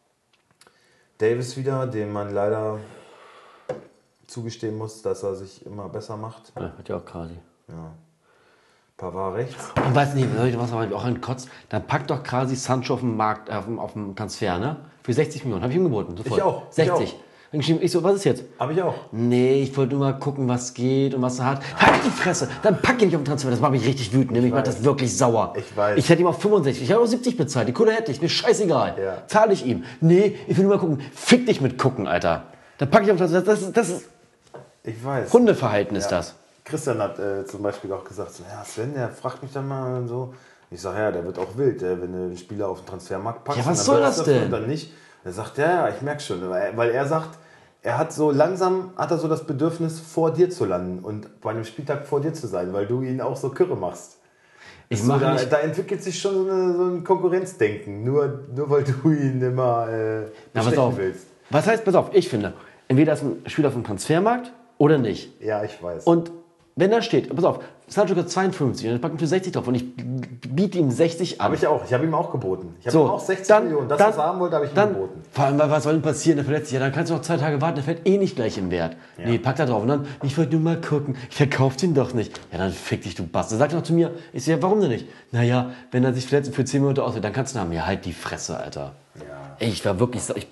Davis wieder, dem man leider zugestehen muss, dass er sich immer besser macht. Ja, hat ja auch quasi. Ja. Pavard rechts. Und weiß nicht, was aber auch ein Kotz, dann packt doch quasi Sancho auf dem Markt, auf dem, auf dem Transfer, ne? Für sechzig Millionen. Habe ich ihm geboten. Sofort. Ich auch, ich sechzig. auch. Dann geschrieben, ich so, was ist jetzt? Habe ich auch. Nee, ich wollte nur mal gucken, was geht und was er hat. Halt die Fresse! Dann pack ihn nicht auf den Transfer. Das macht mich richtig wütend. Nämlich macht weiß. das wirklich sauer. Ich weiß. Ich hätte ihm auf fünfundsechzig, ich habe auch siebzig bezahlt. Die Kohle hätte ich. Mir scheißegal. Ja. Zahle ich ihm. Nee, ich will nur mal gucken. Fick dich mit gucken, Alter. Dann pack ich auf den Transfer. Das ist, das ist Ich weiß. Hundeverhalten ist Ja. das. Christian hat äh, zum Beispiel auch gesagt, so, ja, Sven, der fragt mich dann mal und so. Ich sage, ja, der wird auch wild, äh, wenn du einen Spieler auf den Transfermarkt packst. Ja, was und dann soll das dafür denn? Und dann nicht. Er sagt, ja, ja, ich merke schon. Weil weil er sagt, er hat so langsam, hat er so das Bedürfnis, vor dir zu landen und bei einem Spieltag vor dir zu sein, weil du ihn auch so kirre machst. Ich So, mache da, nicht. da entwickelt sich schon so, eine, so ein Konkurrenzdenken, nur, nur weil du ihn immer äh, Na, pass bestechen auf. willst. Was heißt, pass auf, ich finde, entweder ist ein Spieler auf dem Transfermarkt oder nicht. Ja, ich weiß. Und wenn da steht, pass auf, Sancho kostet zweiundfünfzig und ich packe ihn für sechzig drauf und ich biete ihm sechzig an. Habe ich auch. Ich habe ihm auch geboten. Ich habe So, ihm auch sechzig dann- Millionen. Das, dann- was er haben wollte, habe ich ihm Dann, geboten. vor allem, was soll denn passieren? Der verletzt sich. Ja, dann kannst du noch zwei Tage warten, der fällt eh nicht gleich im Wert. Nee, pack da drauf. Und dann, ich wollte nur mal gucken, ich verkaufe den doch nicht. Ja, dann fick dich, du Bastard. Sag doch zu mir, ich so, ja, warum denn nicht? Naja, wenn er sich verletzt und für zehn Minuten ausfällt, dann kannst du haben. Ja, halt die Fresse, Alter. Ja. Ey, ich war wirklich so, ich,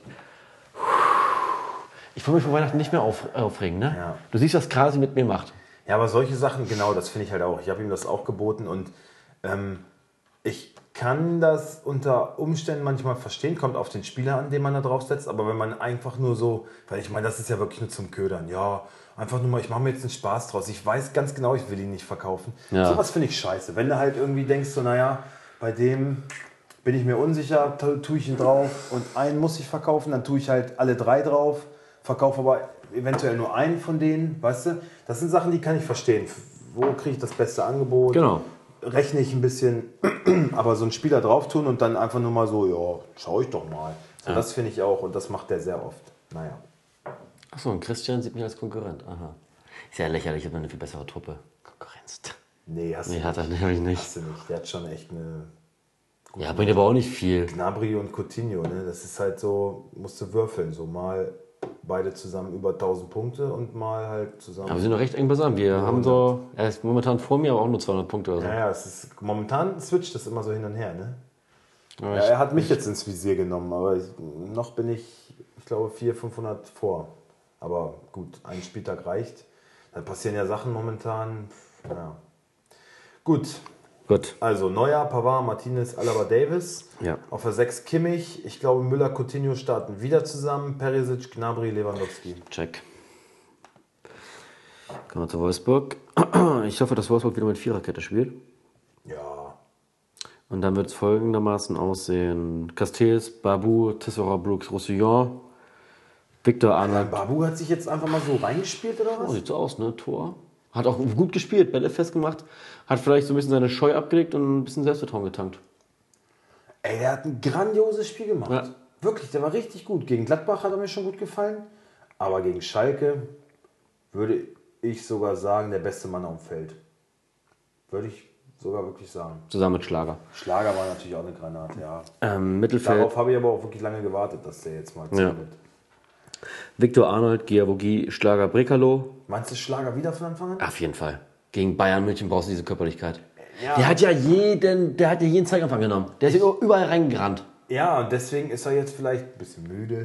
ich wollte mich vor Weihnachten nicht mehr auf, aufregen, ne? Ja. Du siehst, was Krasi mit mir macht. Ja, aber solche Sachen, genau, das finde ich halt auch. Ich habe ihm das auch geboten und ähm, ich kann das unter Umständen manchmal verstehen, kommt auf den Spieler an, den man da draufsetzt, aber wenn man einfach nur so, weil ich meine, das ist ja wirklich nur zum Ködern, ja, einfach nur mal, ich mache mir jetzt einen Spaß draus, ich weiß ganz genau, ich will ihn nicht verkaufen. Ja. Sowas finde ich scheiße. Wenn du halt irgendwie denkst, so, naja, bei dem bin ich mir unsicher, tu- tue ich ihn drauf und einen muss ich verkaufen, dann tue ich halt alle drei drauf, verkaufe aber eventuell nur einen von denen, weißt du? Das sind Sachen, die kann ich verstehen. Wo kriege ich das beste Angebot? Genau. Rechne ich ein bisschen, aber so einen Spieler drauf tun und dann einfach nur mal so, ja, schau ich doch mal. So, Ja. Das finde ich auch und das macht der sehr oft. Naja. Achso, und Christian sieht mich als Konkurrent. Aha. Ist ja lächerlich, ich habe eine viel bessere Truppe. Konkurrenz. Nee, hast Nee, du hat er nicht. nämlich nicht. Hast du nicht. Der hat schon echt eine gute Ja, bringt aber auch nicht viel. Gnabry und Coutinho, ne? Das ist halt so, musst du würfeln. So mal beide zusammen über tausend Punkte und mal halt zusammen. Aber wir sind noch recht eng beisammen. Wir haben so, er ist momentan vor mir, aber auch nur zweihundert Punkte oder so. Ja, ja, es ist, momentan switcht das immer so hin und her, ne? Aber Ja, ich- er hat mich jetzt ins Visier genommen, aber ich, noch bin ich, ich glaube, vierhundert, fünfhundert vor. Aber gut, ein Spieltag reicht. Da passieren ja Sachen momentan. Ja. Gut, Gut. also Neuer, Pavard, Martinez, Alaba, Davis. Ja. Auf der sechs Kimmich. Ich glaube, Müller, Coutinho starten wieder zusammen. Perisic, Gnabry, Lewandowski. Check. Kommen wir zu Wolfsburg. Ich hoffe, dass Wolfsburg wieder mit Viererkette spielt. Ja, Und dann wird es folgendermaßen aussehen. Castells, Babu, Tissot, Brooks, Roussillon, Victor Arnold. Babu hat sich jetzt einfach mal so reingespielt, oder Oh, was? sieht so aus, ne? Tor. Hat auch gut gespielt, Bälle festgemacht. Hat vielleicht so ein bisschen seine Scheu abgelegt und ein bisschen Selbstvertrauen getankt. Ey, der hat ein grandioses Spiel gemacht. Ja. Wirklich, der war richtig gut. Gegen Gladbach hat er mir schon gut gefallen. Aber gegen Schalke würde ich sogar sagen, der beste Mann auf dem Feld. Würde ich sogar wirklich sagen. Zusammen mit Schlager. Schlager war natürlich auch eine Granate, ja. Ähm, Mittelfeld. Darauf habe ich aber auch wirklich lange gewartet, dass der jetzt mal Ja. zündet. Victor Arnold, Giavogi, Schlager, Brekalo. Meinst du Schlager wieder von Anfang an? Auf jeden Fall. Gegen Bayern München brauchst du diese Körperlichkeit. Ja. Der hat ja jeden, der hat ja jeden Zweikampf angenommen. Der ist überall reingerannt. Ja, und deswegen ist er jetzt vielleicht ein bisschen müde.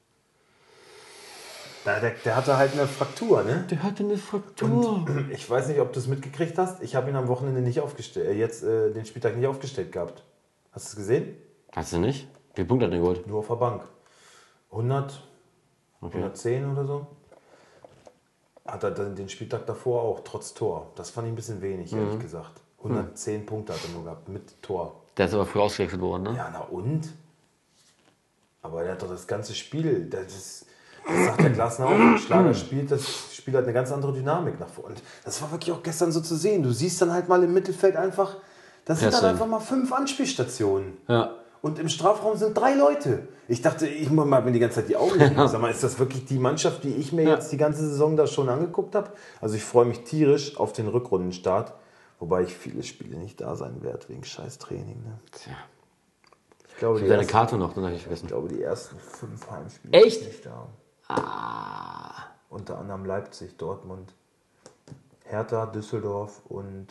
Na, der, der hatte halt eine Fraktur, ne? Der hatte eine Fraktur. Ich weiß nicht, ob du es mitgekriegt hast. Ich habe ihn am Wochenende nicht aufgestellt, äh, jetzt äh, den Spieltag nicht aufgestellt gehabt. Hast du es gesehen? Hast du nicht? Wie viele Punkte hat er geholt? Nur auf der Bank. hundert, Okay. hundertzehn oder so. Hat er dann den Spieltag davor auch, trotz Tor. Das fand ich ein bisschen wenig, ehrlich gesagt. hundertzehn Punkte hat er nur gehabt, mit Tor. Der ist aber früh ausgewechselt worden, ne? Ja, na und? Aber der hat doch das ganze Spiel, das, ist, das sagt der Glasner auch, Schlager spielt, das Spiel hat eine ganz andere Dynamik nach vorne. Und das war wirklich auch gestern so zu sehen. Du siehst dann halt mal im Mittelfeld einfach, das sind dann Pressing. einfach mal fünf Anspielstationen. Ja. Und im Strafraum sind drei Leute. Ich dachte, ich muss mal mir die ganze Zeit die Augen legen. Sag mal, ist das wirklich die Mannschaft, die ich mir Ja. jetzt die ganze Saison da schon angeguckt habe? Also ich freue mich tierisch auf den Rückrundenstart, wobei ich viele Spiele nicht da sein werde, wegen scheiß Training. Ne? Tja. Ich glaube, die Seine ersten, Karte noch, dann habe ich vergessen. ich glaube, die ersten fünf Heimspiele Echt? sind nicht da. Ah. Unter anderem Leipzig, Dortmund, Hertha, Düsseldorf und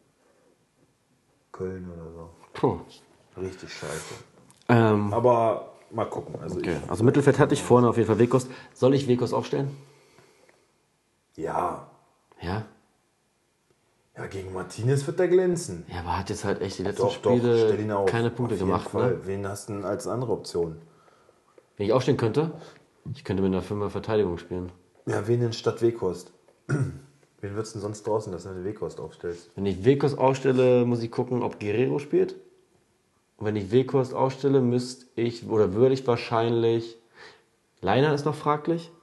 Köln oder so. Puh. Richtig scheiße. Ähm, Aber mal gucken. Also okay. Also Mittelfeld hatte ich vorne auf jeden Fall Weghorst. Soll ich Weghorst aufstellen? ich, ja, Ja. ja, gegen Martinez wird der glänzen. Ja, aber hat jetzt halt echt die letzten Doch, doch, Spiele stell ihn auf. keine Punkte Auf jeden gemacht. Fall. Ne? Wen hast du denn als andere Option? Wenn ich aufstehen könnte, ich könnte mit einer Fünfer Verteidigung spielen. Ja, wen denn statt Weghorst? Wen würdest du denn sonst draußen lassen, wenn du Weghorst aufstellst? Wenn ich Weghorst aufstelle, muss ich gucken, ob Guerrero spielt. Und wenn ich Weghorst aufstelle, müsste ich, oder würde ich wahrscheinlich, Leiner ist noch fraglich,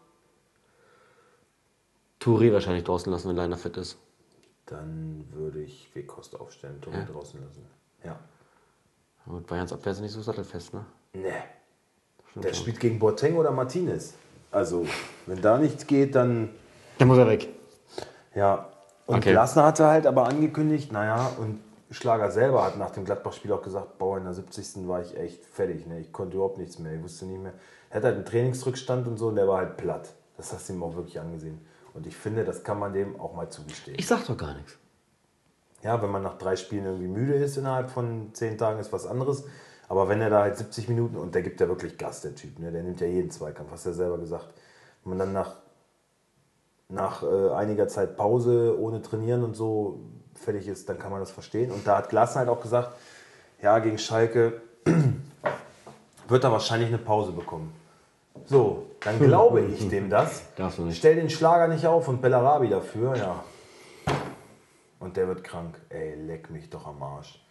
Touré wahrscheinlich draußen lassen, wenn Leiner fit ist. Dann würde ich Weghorst aufstellen, Tore Ja. draußen lassen. Ja. Und Bayerns Abwehr ist nicht so sattelfest, ne? Nee. Stimmt Der schon. spielt gegen Boateng oder Martinez. Also, wenn da nichts geht, dann Dann muss er weg. ja. Und Okay. Glasner hatte halt aber angekündigt, naja, und Schlager selber hat nach dem Gladbach-Spiel auch gesagt, boah, in der siebzigsten war ich echt fertig, ne? Ich konnte überhaupt nichts mehr, ich wusste nicht mehr. Er hat halt einen Trainingsrückstand und so und der war halt platt. Das hast du ihm auch wirklich angesehen. Und ich finde, das kann man dem auch mal zugestehen. Ich sag doch gar nichts. Ja, wenn man nach drei Spielen irgendwie müde ist innerhalb von zehn Tagen, ist was anderes. Aber wenn er da halt siebzig Minuten, und der gibt ja wirklich Gas, der Typ, ne? Der nimmt ja jeden Zweikampf, hast du ja selber gesagt. Wenn man dann nach, nach äh, einiger Zeit Pause, ohne Trainieren und so fertig ist, dann kann man das verstehen. Und da hat Glasner halt auch gesagt, ja, gegen Schalke wird er wahrscheinlich eine Pause bekommen. So, dann glaube ich dem das. Darfst du nicht. Stell den Schlager nicht auf und Bellarabi dafür, ja. Und der wird krank. Ey, leck mich doch am Arsch.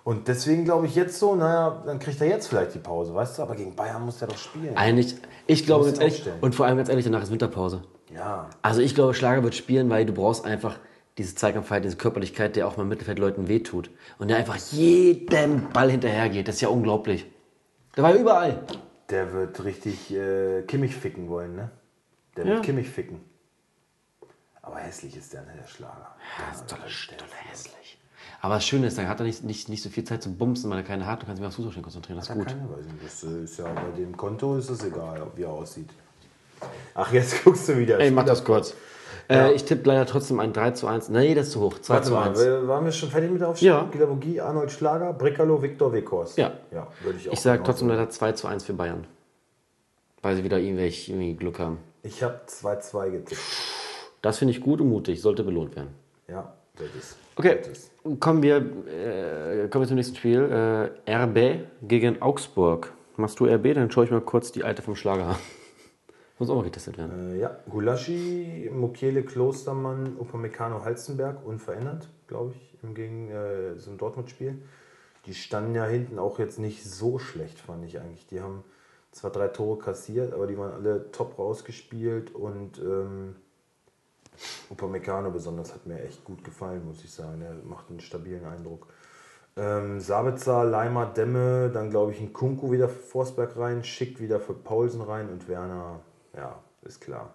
Und deswegen glaube ich jetzt so, naja, dann kriegt er jetzt vielleicht die Pause, weißt du? Aber gegen Bayern muss er doch spielen. Eigentlich, ich glaube Muss ganz ihn ehrlich, aufstellen. und vor allem ganz ehrlich, danach ist Winterpause. Ja, Also ich glaube, Schlager wird spielen, weil du brauchst einfach diese Zweikampfheit, diese Körperlichkeit, der auch mal Mittelfeldleuten wehtut. Und der einfach jedem Ball hinterhergeht. Das ist ja unglaublich. Der war ja überall. der wird richtig äh, Kimmich ficken wollen, ne? Der Ja. wird Kimmich ficken. Aber hässlich ist der, ne, der Schlager. Ja, das ist tolle, tolle hässlich. Aber das Schöne ist, dann hat er nicht, nicht, nicht so viel Zeit zum Bumsen, weil er keine hat und kann sich mehr aufs Fußballspielen konzentrieren. Das ist Ja, gut. keine, weiß nicht, das ist ja bei dem Konto ist es egal, wie er aussieht. Ach, jetzt guckst du wieder. Ey, mach das kurz. Ja. Äh, ich tippe leider trotzdem ein drei zu eins. Nee, das ist zu hoch. zwei Warte zu mal, eins. wir- waren wir schon fertig mit der Aufstellung? Ja. Gilavogi, Arnold Schlager, Brickalo, Viktor Weghorst. Ja. Ja, würde ich auch Ich sage genauso trotzdem sagen. leider zwei zu eins für Bayern. Weil sie wieder irgendwelche irgendwie Glück haben. Ich habe zwei zwei getippt. Das finde ich gut und mutig. Sollte belohnt werden. Ja, das ist. Okay, Das ist. kommen wir, äh, kommen wir zum nächsten Spiel. Äh, R B gegen Augsburg. Machst du R B? Dann schaue ich mal kurz die Alte vom Schlager an. Muss auch mal getestet werden. Äh, ja, Gulaschi, Mukiele, Klostermann, Upamecano, Halstenberg, unverändert, glaube ich, im Gegen äh, so ein Dortmund-Spiel. Die standen ja hinten auch jetzt nicht so schlecht, fand ich eigentlich. Die haben zwar drei Tore kassiert, aber die waren alle top rausgespielt und ähm, Upamecano besonders hat mir echt gut gefallen, muss ich sagen. Er macht einen stabilen Eindruck. Ähm, Sabitzer, Leimer, Demme, dann glaube ich ein Kunku wieder für Forsberg rein, Schick wieder für Paulsen rein und Werner, ja, ist klar.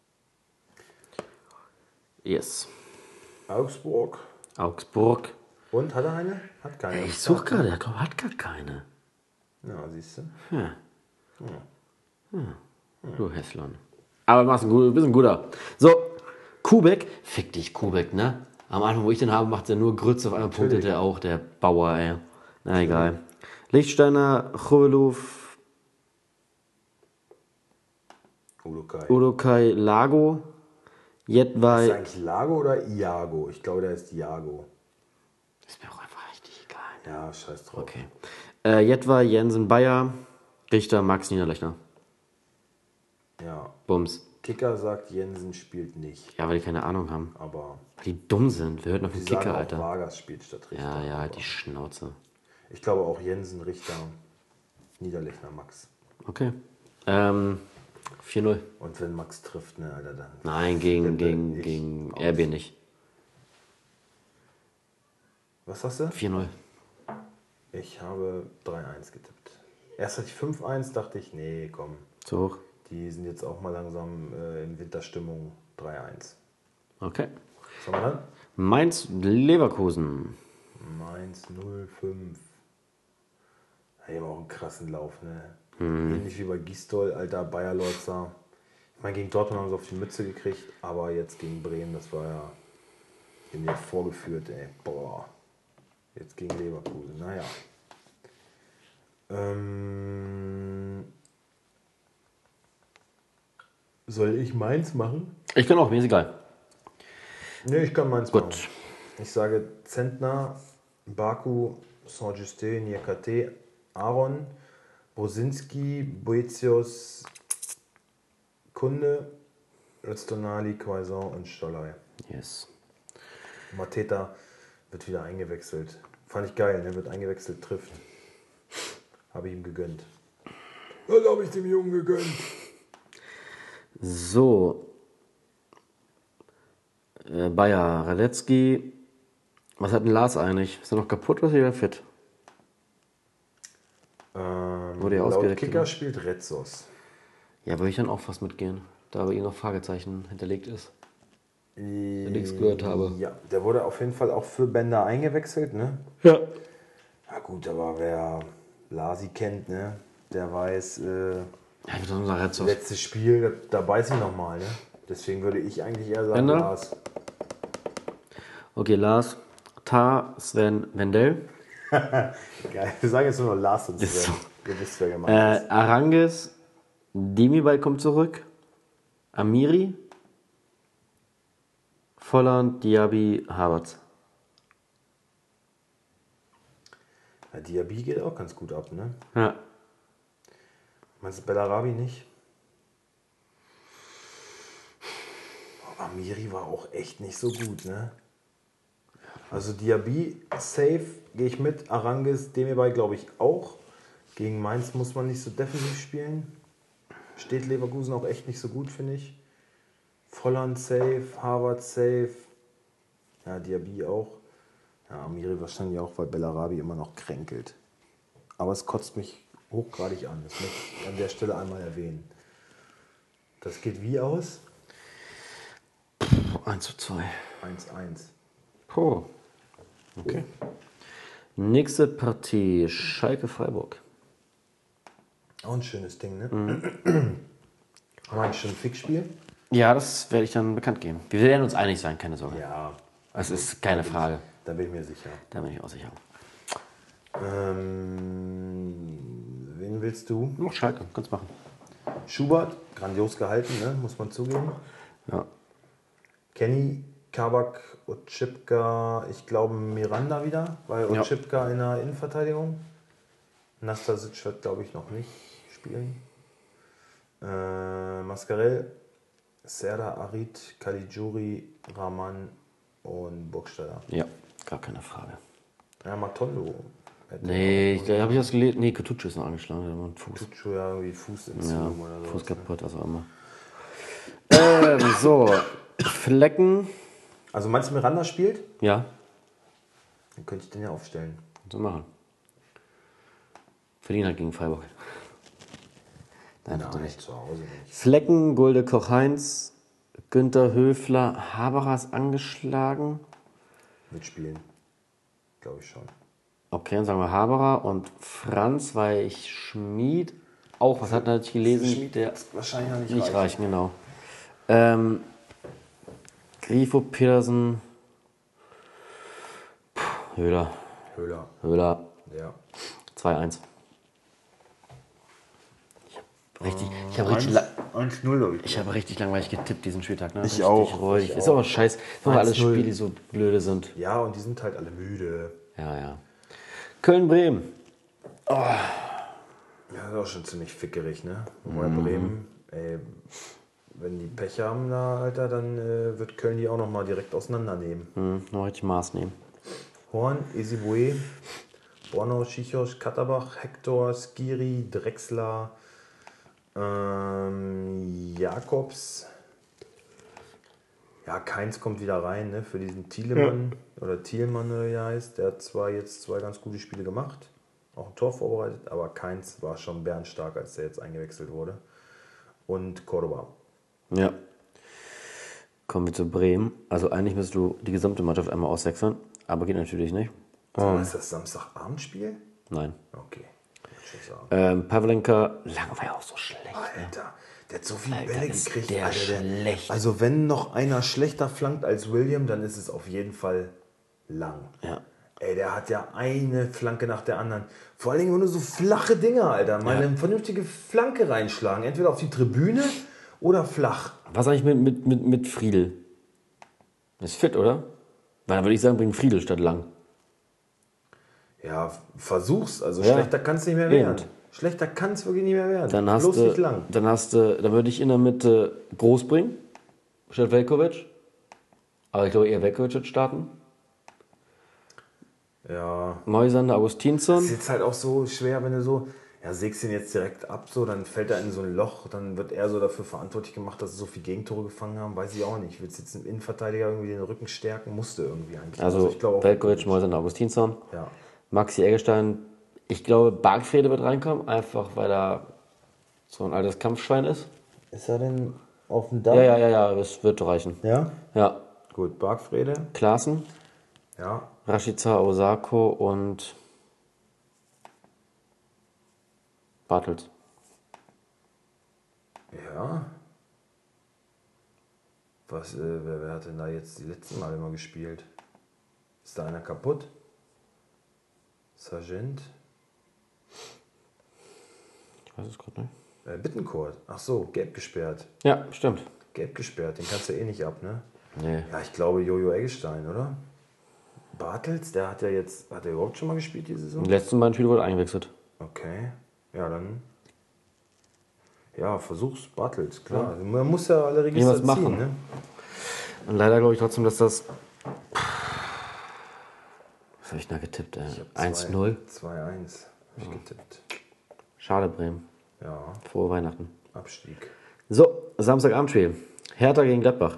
Yes. Augsburg. Augsburg. Und, hat er eine? Hat keine. Ich suche gerade, der Kopf hat gar keine. Ja, siehst du. Du Hässlern. Aber du machst einen guten, bist ein guter. So, Kubek. Fick dich, Kubek, ne? Am Anfang, wo ich den habe, macht er nur Grütze. Auf einmal punktet er auch, der Bauer, ey. Na egal. Lichtsteiner, Choveluf, Udokai. Udokai, Lago, Ist Jedwai. das eigentlich Lago oder Iago? Ich glaube, der ist Iago. Ist mir auch einfach richtig egal. Ja, scheiß drauf. Okay. Äh, Jedwai, Jensen, Bayer, Richter, Max Niederlechner. Ja. Bums. Kicker sagt, Jensen spielt nicht. Ja, weil die keine Ahnung haben. Aber Weil die dumm sind. Wer hört noch die den sagen Kicker, auch, Alter? Vargas spielt statt Richter. Ja, ja, Aber die Schnauze. ich glaube auch Jensen, Richter, Niederlechner, Max. Okay. Ähm, vier null. Und wenn Max trifft, ne, Alter, dann. Nein, gegen, flippe gegen, ich gegen aus. R B nicht. Was hast du? vier null. Ich habe drei eins getippt. Erst hatte ich fünf eins, dachte ich, nee, komm. Zu hoch. Die sind jetzt auch mal langsam äh, in Winterstimmung. drei eins. Okay. Was haben wir dann? Mainz, Leverkusen. Mainz null fünf. Ja, die haben auch einen krassen Lauf, ne? Mhm. Ähnlich wie bei Gistol, alter Bayer-Lotzer. Ich meine, gegen Dortmund haben sie auf die Mütze gekriegt, aber jetzt gegen Bremen, das war ja in mir vorgeführt, ey. Boah. Jetzt gegen Leverkusen, naja. Ähm, soll ich Mainz machen? Ich kann auch, mir ist egal. Ne, ich kann Mainz Gut. machen. Ich sage Zentner, Baku, Saint-Just, Niakate, Aaron, Brosinski, Boetius, Kunde, Öztonali, Quaison und Stolai. Yes. Mateta wird wieder eingewechselt. Fand ich geil, ne? Wird eingewechselt, trifft. Habe ich ihm gegönnt. Das habe ich dem Jungen gegönnt. So. Äh, Bayer, Radetzky. Was hat denn Lars eigentlich? Ist er noch kaputt oder ist er wieder fit? Ähm, Wurde ja laut ausgerechnet, Kicker ne? spielt Retzos. Ja, würde ich dann auch fast mitgehen. Da aber eh noch Fragezeichen hinterlegt ist. Ich nichts gehört habe. Ja, der wurde auf jeden Fall auch für Bender eingewechselt, ne? Ja. Ja gut, aber wer Lasi kennt, ne? Der weiß, äh, Ja, ich würde sagen, Retzos. letztes Spiel, da, da beiß ich nochmal, ne? Deswegen würde ich eigentlich eher sagen, Bender? Lars. Okay, Lars. Tar, Sven, Wendell. Geil, wir sagen jetzt nur noch Lars und Ist Sven. so. Ihr wisst, wer gemeint ist. Äh, Arangis. Demirbay kommt zurück. Amiri. Volland, Diaby, Havertz. Ja, Diaby geht auch ganz gut ab, ne? Ja. Meinst du Bellarabi nicht? Oh, Amiri war auch echt nicht so gut, ne? Also Diaby, safe, gehe ich mit. Arangis, Demirbay glaube ich auch. Gegen Mainz muss man nicht so defensiv spielen. Steht Leverkusen auch echt nicht so gut, finde ich. Volland safe, Harvard safe. Ja, Diaby auch. Ja, Amiri wahrscheinlich auch, weil Bellarabi immer noch kränkelt. Aber es kotzt mich hochgradig an. Das möchte ich an der Stelle einmal erwähnen. Das geht wie aus? eins zu zwei. eins eins. Oh. Okay. Nächste Partie, Schalke-Freiburg. Auch ein schönes Ding, ne? Mhm. Haben wir eigentlich schon ein Fixspiel? Ja, das werde ich dann bekannt geben. Wir werden uns einig sein, keine Sorge. Ja. Das ist keine Frage. Da bin ich mir sicher. Da bin ich auch sicher. Ähm, wen willst du? Mach Schalke, kannst machen. Schubert, grandios gehalten, ne? Muss man zugeben. Ja. Kenny, Kabak, Otschipka, ich glaube Miranda wieder, weil Ja. Otschipka in der Innenverteidigung. Nastasic wird, glaube ich, noch nicht spielen. Äh, Mascarell, Serdar Arid, Caligiuri, Rahman und Burgstaller. Ja, gar keine Frage. Ja, Matondo. hätte Nee, auch- da habe ich das gelesen. Nee, Kutucu ist noch angeschlagen. Der hat einen Fuß. Tut schon ja irgendwie Fuß ins Ja, Zoom oder so. Fuß kaputt, also immer. ähm, so, Flecken. Also meinst du Miranda spielt? Ja, Dann könnte ich den ja aufstellen. kannst du machen. Verlieren halt gegen Freiburg. Nein, tut er nicht. zu Hause nicht. Flecken, Gulde, Koch-Heinz, Günther Höfler, Haberer ist angeschlagen. Mitspielen. Glaube ich schon. Okay, dann sagen wir Haberer und Franz, weil ich Schmied auch, was hat er nicht gelesen? Schmied Der wird's wahrscheinlich noch nicht, nicht reichen. reichen, genau. Ähm, Grifo, Petersen, Puh, Höhler, Höhler. Höhler, Ja. zwei eins. Ich habe richtig, ich habe richtig, la- eins null, glaube ich. ich habe richtig langweilig getippt diesen Spieltag. Ne? Ich richtig auch, Ruhig. ich Ist auch. aber scheiße, sind aber alles eins null. Spiele, die so blöde sind. Ja, und die sind halt alle müde. Ja, ja. Köln-Bremen. Ja, das ist auch schon ziemlich fickerig, ne? Wobei Bremen, ey, wenn die Pech haben da, Alter, dann äh, wird Köln die auch nochmal direkt auseinandernehmen. Hm, noch richtig Maß nehmen. Horn, Esibue, Borno, Schichos, Katterbach, Hector, Skiri, Drexler, ähm, Jakobs. Ja, Keins kommt wieder rein, ne, für diesen Thielemann oder Thielmann, oder wie er heißt. Der hat zwar jetzt zwei ganz gute Spiele gemacht, auch ein Tor vorbereitet, aber Keins war schon bärenstark, als der jetzt eingewechselt wurde. Und Cordoba. Ja. Kommen wir zu Bremen. Also eigentlich müsstest du die gesamte Mannschaft einmal auswechseln, aber geht natürlich nicht. So, ist das Samstagabendspiel? Nein. Okay, würde ich schon sagen. Ähm, Pavlenka, lange war ja auch so schlecht. Alter, der hat so viele Alter, Bälle ist gekriegt. der Alter, schlecht. Also wenn noch einer schlechter flankt als William, dann ist es auf jeden Fall lang. Ja. Ey, der hat ja eine Flanke nach der anderen. Vor allen Dingen nur so flache Dinger, Alter. Mal Ja. eine vernünftige Flanke reinschlagen. Entweder auf die Tribüne oder flach. Was eigentlich mit, mit, mit, mit Friedel? Ist fit, oder? Weil dann würde ich sagen, bring Friedel statt Lang. Ja, versuch's. Also Ja. schlechter kann es nicht mehr Eben. werden. Schlechter kann es wirklich nicht mehr werden. Dann hast Bloß du, nicht lang. dann hast du, dann würde ich in der Mitte Groß bringen, statt Velkovic. Aber ich glaube eher Velkovic wird starten. Ja. Moisander, Das Augustinsson. ist jetzt halt auch so schwer, wenn du so, ja, sägst ihn jetzt direkt ab, so, dann fällt er in so ein Loch, dann wird er so dafür verantwortlich gemacht, dass sie so viele Gegentore gefangen haben, weiß ich auch nicht. Willst jetzt einen Innenverteidiger irgendwie den Rücken stärken? Musste irgendwie eigentlich. Also ich glaube auch, Velkovic, Moisander, Augustinsson. ja. Maxi Eggestein. Ich glaube, Bargfrede wird reinkommen, einfach weil er so ein altes Kampfschwein ist. Ist er denn auf dem Dach? Ja, ja, ja, ja, das wird reichen. Ja? Ja, Gut, Bargfrede. Klaassen, Ja. Rashica, Osako und Bartels. Ja. Was, äh, wer, wer hat denn da jetzt die letzten Mal immer gespielt? Ist da einer kaputt? Sargent? Ich weiß es gerade nicht. Äh, Bittencourt. Ach so, gelb gesperrt. Ja, stimmt. Gelb gesperrt, den kannst du eh nicht ab, ne? Nee. Ja, ich glaube Jojo Eggestein, oder? Bartels, der hat ja jetzt, hat er überhaupt schon mal gespielt diese Saison? Die letzten beiden Spiele wurde eingewechselt. Okay, ja dann, ja, versuch's Bartels, klar. Also man muss ja alle Register Irgendwas ziehen, machen. ne? Und leider glaube ich trotzdem, dass das habe ich da getippt? Äh, Ich hab eins null. zwei eins habe ich getippt. Schade, Bremen. Ja, Frohe Weihnachten. Abstieg. So, Samstagabendspiel. Hertha gegen Gladbach.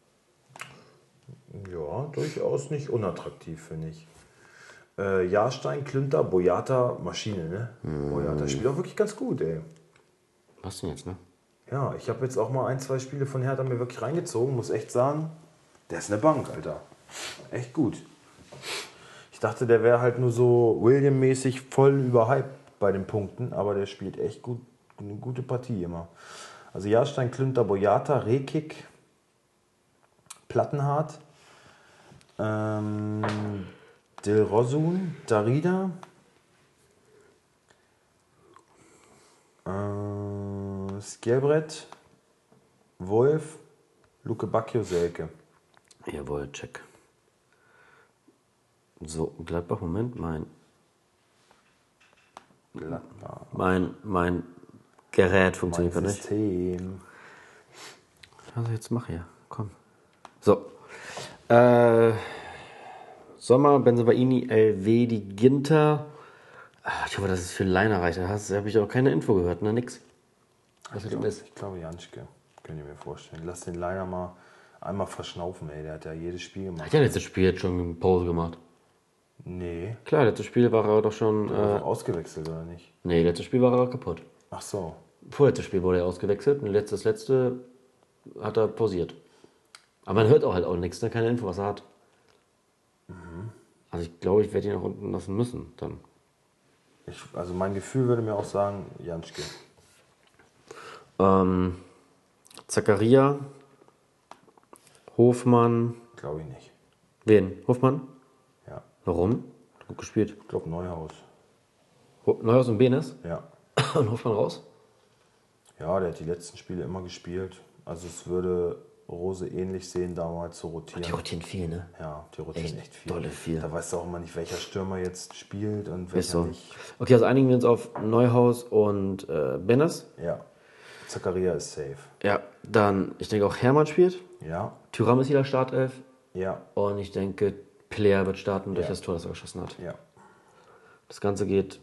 Ja, durchaus nicht unattraktiv, finde ich. Äh, Jahrstein, Klünter, Boyata, Maschine, ne? Mm. Boyata spielt auch wirklich ganz gut, ey. Was denn jetzt, ne? Ja, ich habe jetzt auch mal ein, zwei Spiele von Hertha mir wirklich reingezogen, muss echt sagen, der ist eine Bank, Alter. Echt gut. Ich dachte, der wäre halt nur so William-mäßig voll überhyped bei den Punkten, aber der spielt echt gut, eine gute Partie immer. Also Jahrstein, Klünter, Boyata, Rekik, Plattenhardt, ähm, Dilrosun, Darida, äh, Skjelbrett, Wolf, Luke Bacchio, Selke. Jawohl, check. So, Gladbach, Moment, mein, Gladbach. mein, mein Gerät funktioniert Mein gerade nicht. System. Also jetzt mach hier, komm. So. Äh, Sommer, Benzobaini, Elvedi, Ginter. Ah, ich hoffe, dass es für Leiner reicht. Da habe ich auch keine Info gehört, ne? Nix. Was Ich wird das? glaube, glaub, Janschke. Könnt ihr mir vorstellen. Lass den Leiner mal einmal verschnaufen, ey. Der hat ja jedes Spiel gemacht. Hat ja letztes Spiel jetzt schon Pause gemacht. Nee. Klar, letztes Spiel war er doch schon. Der wurde Äh, ausgewechselt, oder nicht? nee, letztes Spiel war er kaputt. Ach so. Vorletztes Spiel wurde er ausgewechselt und letztes letzte hat er pausiert. Aber man hört auch halt auch nichts, ne? Keine Info, was er hat. Mhm. Also ich glaube, ich werde ihn auch unten lassen müssen dann. Ich, also mein Gefühl würde mir auch sagen, Janschke. Ähm, Zakaria, Hofmann. Glaube ich nicht. Wen? Hofmann? Ja. Warum? Hat gut gespielt. Ich glaube Neuhaus. Ho- Neuhaus und Benes? Ja. Und Hofmann raus? Ja, der hat die letzten Spiele immer gespielt. Also es würde Rose ähnlich sehen, da mal zu rotieren. Die rotieren viel, ne? Ja, die rotieren Echt echt viel. dolle viel. Da weißt du auch immer nicht, welcher Stürmer jetzt spielt und Ist welcher so. nicht. Okay, also einigen wir uns auf Neuhaus und äh, Benes. Ja. Zakaria ist safe. Ja, dann, ich denke auch Hermann spielt. Ja. Thuram ist wieder Startelf. Ja. Und ich denke, Player wird starten durch Ja. das Tor, das er geschossen hat. Ja. Das Ganze geht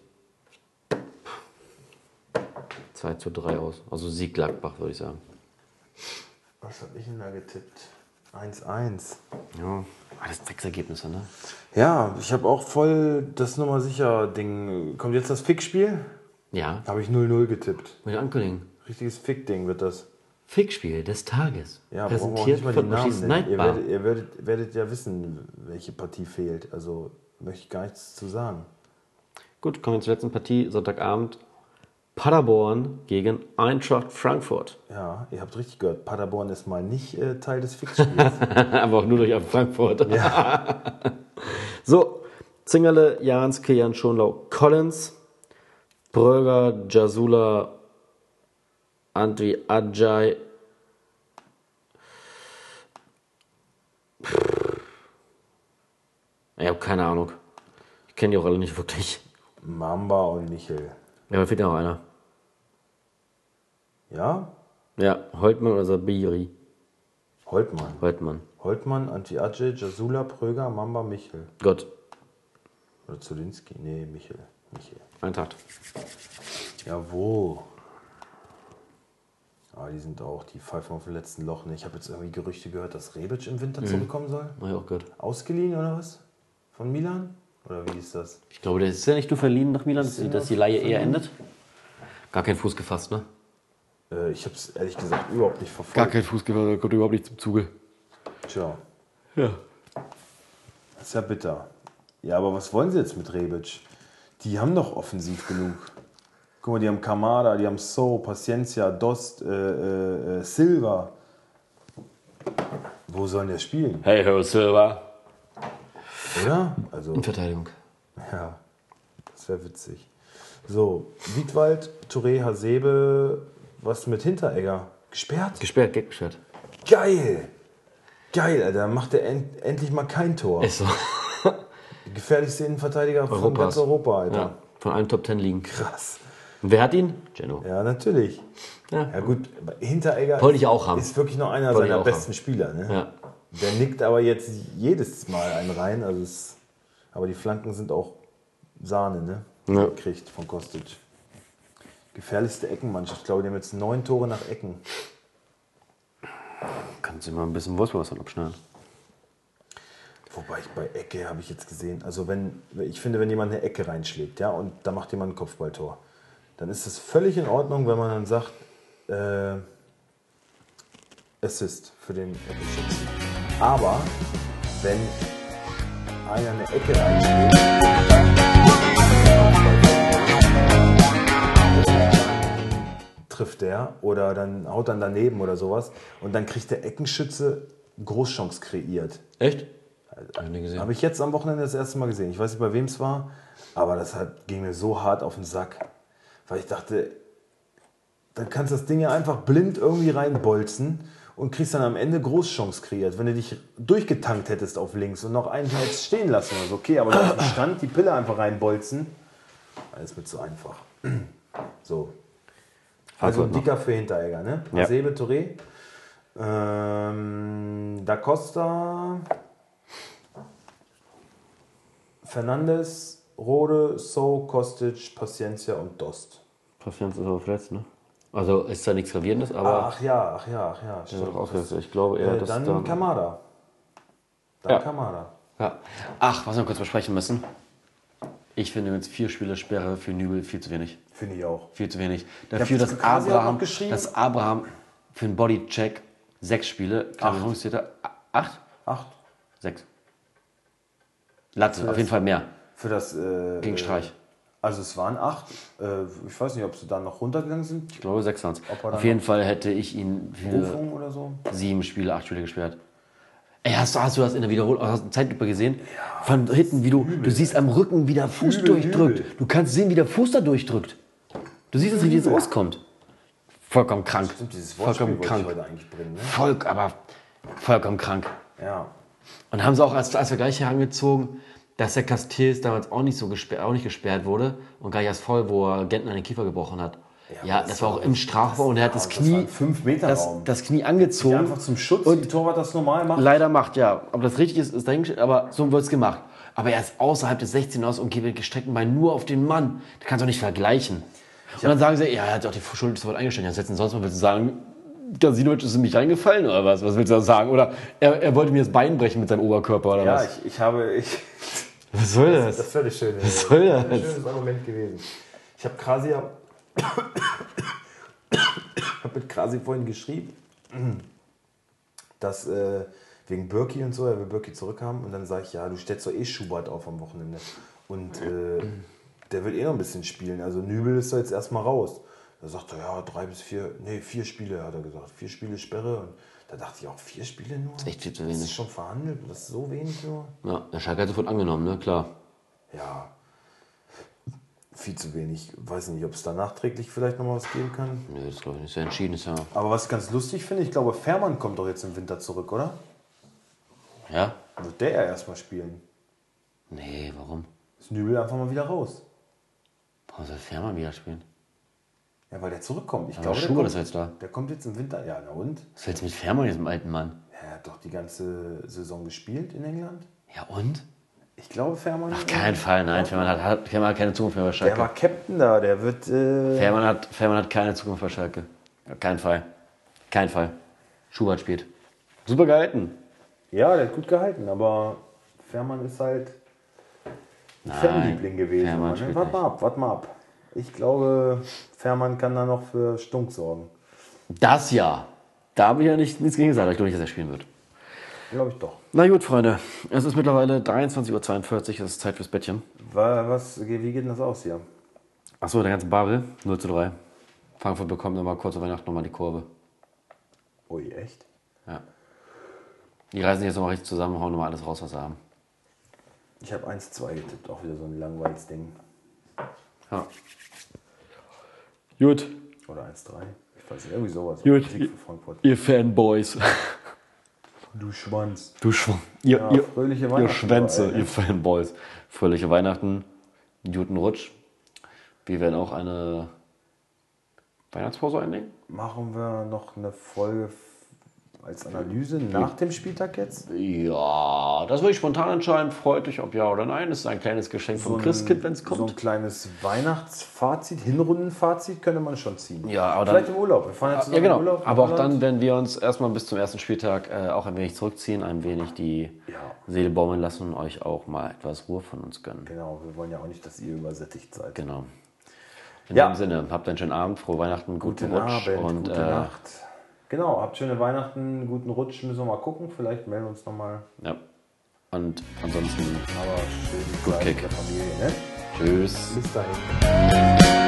zwei zu drei aus. Also Sieg Gladbach, würde ich sagen. Was habe ich denn da getippt? eins eins. Ja, alles Wechselergebnisse, ne? Ja, ich habe auch voll das Nummer sicher Ding. Kommt jetzt das Fick-Spiel? Ja, Habe ich null null getippt. will ich ankündigen. Richtiges Fick-Ding wird das. Fickspiel des Tages. Ja, brauchen wir auch Präsentiert nicht mal von den Namen Uschis nennen. Ihr, Nightbar. werdet, ihr werdet, werdet ja wissen, welche Partie fehlt. Also möchte ich gar nichts zu sagen. Gut, kommen wir zur letzten Partie. Sonntagabend. Paderborn gegen Eintracht Frankfurt. Ja, ihr habt richtig gehört. Paderborn ist mal nicht äh, Teil des Fick-Spiels. Aber auch nur durch Frankfurt. Ja. So, Zingerle, Jans, Kian, Schonlau, Collins, Bröger, Jasula, Antwi, Ajay. Ich habe keine Ahnung. Ich kenne die auch alle nicht wirklich. Mamba und Michel. Ja, da fehlt ja noch einer. Ja? Ja, Holtmann oder Sabiri. Holtmann. Holtmann. Holtmann, Anti-Adje, Jasula, Pröger, Mamba, Michel. Gott. Oder Zulinski. Nee, Michel. Michel. Eintracht. Ja, wo? Ah, die sind auch, die pfeifen auf dem letzten Loch. Ne? Ich habe jetzt irgendwie Gerüchte gehört, dass Rebic im Winter zurückkommen soll. Hab ich auch gehört. Ausgeliehen oder was? Von Milan? Oder wie ist das? Ich glaube, der ist ja nicht nur verliehen nach Milan, dass die, dass die Leihe eher verliehen? endet. Gar kein Fuß gefasst, ne? Äh, ich habe es ehrlich gesagt überhaupt nicht verfolgt. Gar kein Fuß gefasst, kommt überhaupt nicht zum Zuge. Tja, Ja. das ist ja bitter. Ja, aber was wollen sie jetzt mit Rebic? Die haben doch offensiv genug. Guck mal, die haben Kamada, die haben So, Paciencia, Dost, äh, äh, äh, Silva. Wo sollen der spielen? Hey ho, Silva. Oder? Also, In Verteidigung. ja, das wäre witzig. So, Wiedwald, Touré, Hasebe, was mit Hinteregger? Gesperrt? Gesperrt, Gag gesperrt. Geil! Geil, Alter, macht er end endlich mal kein Tor. Ist so. Die gefährlichste Innenverteidiger von Europas. ganz Europa, Alter. Ja, von allen Top Ten liegen. Krass. Und wer hat ihn? Geno. Ja, natürlich. Ja. Ja gut, aber Hinteregger Wollte ich auch haben. ist wirklich noch einer Wollte ich seiner auch besten haben. Spieler. Ne? Ja. Der nickt aber jetzt jedes Mal einen rein. Also, es, Aber die Flanken sind auch Sahne, ne? Ja. Die kriegt von Kostic. Gefährlichste Eckenmannschaft. Ich glaube, die haben jetzt neun Tore nach Ecken. Kannst du mal ein bisschen Wolfsburg was abschneiden. Wobei ich bei Ecke habe ich jetzt gesehen, also wenn, ich finde, wenn jemand eine Ecke reinschlägt, ja, und da macht jemand ein Kopfballtor, dann ist es völlig in Ordnung, wenn man dann sagt, äh, Assist für den Eckenschützen. Aber wenn einer eine Ecke reinschlägt, trifft der oder dann haut dann daneben oder sowas und dann kriegt der Eckenschütze Großchance kreiert. Echt? Hab ich nie gesehen. Habe ich jetzt am Wochenende das erste Mal gesehen. Ich weiß nicht, bei wem es war, aber das hat, ging mir so hart auf den Sack. Weil ich dachte, dann kannst du das Ding ja einfach blind irgendwie reinbolzen und kriegst dann am Ende Großchance kreiert. Wenn du dich durchgetankt hättest auf links und noch einen hättest stehen lassen, also okay, aber auf dem Stand die Pille einfach reinbolzen, alles wird zu einfach. So. Also dicker für Hinteregger, ne? Ja. Hasebe, Touré, ähm, Da Costa, Fernandes, Rode, So, Kostic, Paciencia und Dost. Paciencia ist aber verletzt, ne? Also ist da nichts Gravierendes, aber Ach ja, ach ja, ach ja. der wird auch ausgewechselt. Ich glaube eher, Äh, dass dann dann... Kamada. Dann Ja. Kamada. Ja. Ach, was wir kurz besprechen müssen. Ich finde jetzt vier Spiele Sperre für Nübel viel zu wenig. Finde ich auch. Viel zu wenig. hab Dafür, das dass Kasi auch Abraham, noch geschrieben. dass Abraham für einen Bodycheck sechs Spiele, Acht. acht? Acht. Sechs. Latte, auf das- jeden Fall mehr. Für das. Äh, Gegen Streich. Also es waren acht. Äh, ich weiß nicht, ob sie dann noch runtergegangen sind. Ich glaube, sechs waren es. Ob er dann Auf jeden Fall hätte ich ihn für Berufung oder so. sieben Spiele, acht Spiele gesperrt. Ey, hast du, hast du das in der Wiederholung, hast du Zeitlupe gesehen? Von hinten, wie du, du siehst am Rücken, wie der Fuß Übel, durchdrückt. übel. Du kannst sehen, wie der Fuß da durchdrückt. Du siehst es, wie das Übel. rauskommt. Vollkommen krank. Stimmt, dieses Wortspiel Vollkommen wollte ich krank. heute eigentlich bringen. Ne? Voll, aber vollkommen krank. Ja. Und haben sie auch als, als Vergleich herangezogen, dass der Castells damals auch nicht so gesperrt, auch nicht gesperrt wurde und gar nicht erst voll, wo er Gentner den Kiefer gebrochen hat. Ja, das das war auch war- im Strafraum und er hat das das Knie, war ein fünf Meter das, Raum. das Knie Die angezogen. einfach zum Schutz, Und wie Torwart das normal macht. leider macht, ja. Ob das richtig ist, ist dahingestellt, aber so wird es gemacht. Aber er ist außerhalb des sechzehn aus und geht mit gestreckten Beinen nur auf den Mann. Das kannst du nicht vergleichen. Und dann sagen sie, ja, er hat auch die Schuld sofort eingestellt. Ja, setzen sonst mal willst du sagen, Gasinovic ist in mich reingefallen oder was? Was willst du da sagen? Oder er, er wollte mir das Bein brechen mit seinem Oberkörper oder Ja, was? ich, ich habe. Ich, Was soll das? das wäre eine schöne, Was soll das? ein schönes Argument gewesen. Ich habe Krasi ja. Ich habe mit Krasi vorhin geschrieben, dass äh, wegen Birki und so, er will Birki zurückhaben. Und dann sage ich, ja, du stellst doch eh Schubert auf am Wochenende. Und äh, der wird eh noch ein bisschen spielen. Also Nübel ist da jetzt erstmal raus. Da sagt er, ja, drei bis vier, nee, vier Spiele, hat er gesagt. Vier Spiele Sperre. Und da dachte ich auch, vier Spiele nur? Das ist echt viel zu Das ist wenig. schon verhandelt, das ist so wenig nur. Ja, der Schalke hat sofort angenommen, ne? Klar. Ja, viel zu wenig. Weiß nicht, ob es da nachträglich vielleicht noch mal was geben kann. Nö, das glaube ich nicht. Ist ja entschieden, ist ja. Aber was ich ganz lustig finde, ich glaube, Fährmann kommt doch jetzt im Winter zurück, oder? Ja? Wird der ja erstmal spielen. Nee, warum? Ist Nübel einfach mal wieder raus. Warum soll Fährmann wieder spielen? Ja, weil der zurückkommt. Ich Aber glaube, der Schubert kommt, ist jetzt da. der kommt jetzt im Winter. Ja, na und? Was willst du mit Fährmann jetzt, dem alten Mann? Er hat doch die ganze Saison gespielt in England. Ja und? Ich glaube, Fährmann. Auf keinen Fall, nein. Fährmann hat, hat, Fährmann hat keine Zukunft mehr bei Der Schalke. war Captain da, der wird. Äh, Fährmann hat, Fährmann hat keine Zukunft bei Schalke. Auf keinen Fall. Kein Fall. Schubert spielt. Super gehalten. ja, der hat gut gehalten, aber Fährmann ist halt Fanliebling gewesen. Fährmann Mann. spielt Warte nicht. mal ab, warte mal ab. Ich glaube, Fährmann kann da noch für Stunk sorgen. Das ja. Da habe ich ja nicht, nichts gegen gesagt. Ich glaube nicht, dass er spielen wird. Glaube ich doch. Na gut, Freunde. Es ist mittlerweile dreiundzwanzig Uhr zweiundvierzig. Es ist Zeit fürs Bettchen. Wa- Was, wie geht denn das aus hier? Achso, der ganze Babel. null zu drei. Frankfurt bekommt nochmal kurz vor Weihnachten nochmal die Kurve. Ui, echt? Ja. Die reißen jetzt nochmal richtig zusammen und hauen nochmal alles raus, was sie haben. Ich habe eins zwei getippt, auch wieder so ein langweiliges Ding. Ja. Gut. Oder eins drei. Ich weiß nicht, irgendwie sowas. Gut. Sieg für Frankfurt. Ihr Fanboys. Du Schwanz. Du Schw ihr, Ja, ihr, fröhliche ihr Weihnachten Schwänze, dabei, ne? ihr Fanboys. Fröhliche Weihnachten. Guten Rutsch. Wir werden auch eine Weihnachtspause einlegen. Machen wir noch eine Folge f- als Analyse nach dem Spieltag jetzt? Ja, das würde ich spontan entscheiden. Freut euch, ob ja oder nein. Das ist ein kleines Geschenk vom Christkind, wenn es kommt. So ein kleines Weihnachtsfazit, Hinrundenfazit könnte man schon ziehen. Ja, aber Vielleicht dann, im Urlaub. Wir fahren jetzt ja, genau. Urlaub. Aber auch dann, wenn wir uns erstmal bis zum ersten Spieltag äh, auch ein wenig zurückziehen, ein wenig die Ja. Seele baumeln lassen und euch auch mal etwas Ruhe von uns gönnen. Genau, wir wollen ja auch nicht, dass ihr übersättigt seid. Genau. In Ja. dem Sinne, habt einen schönen Abend, frohe Weihnachten, guten, Guten Rutsch Abend, und gute äh, Nacht. Genau, habt schöne Weihnachten, guten Rutsch, müssen wir mal gucken. Vielleicht melden wir uns nochmal. ja. Und ansonsten Aber schön Gut Zeit Kick. mit der Familie, ne? tschüss. Bis dahin.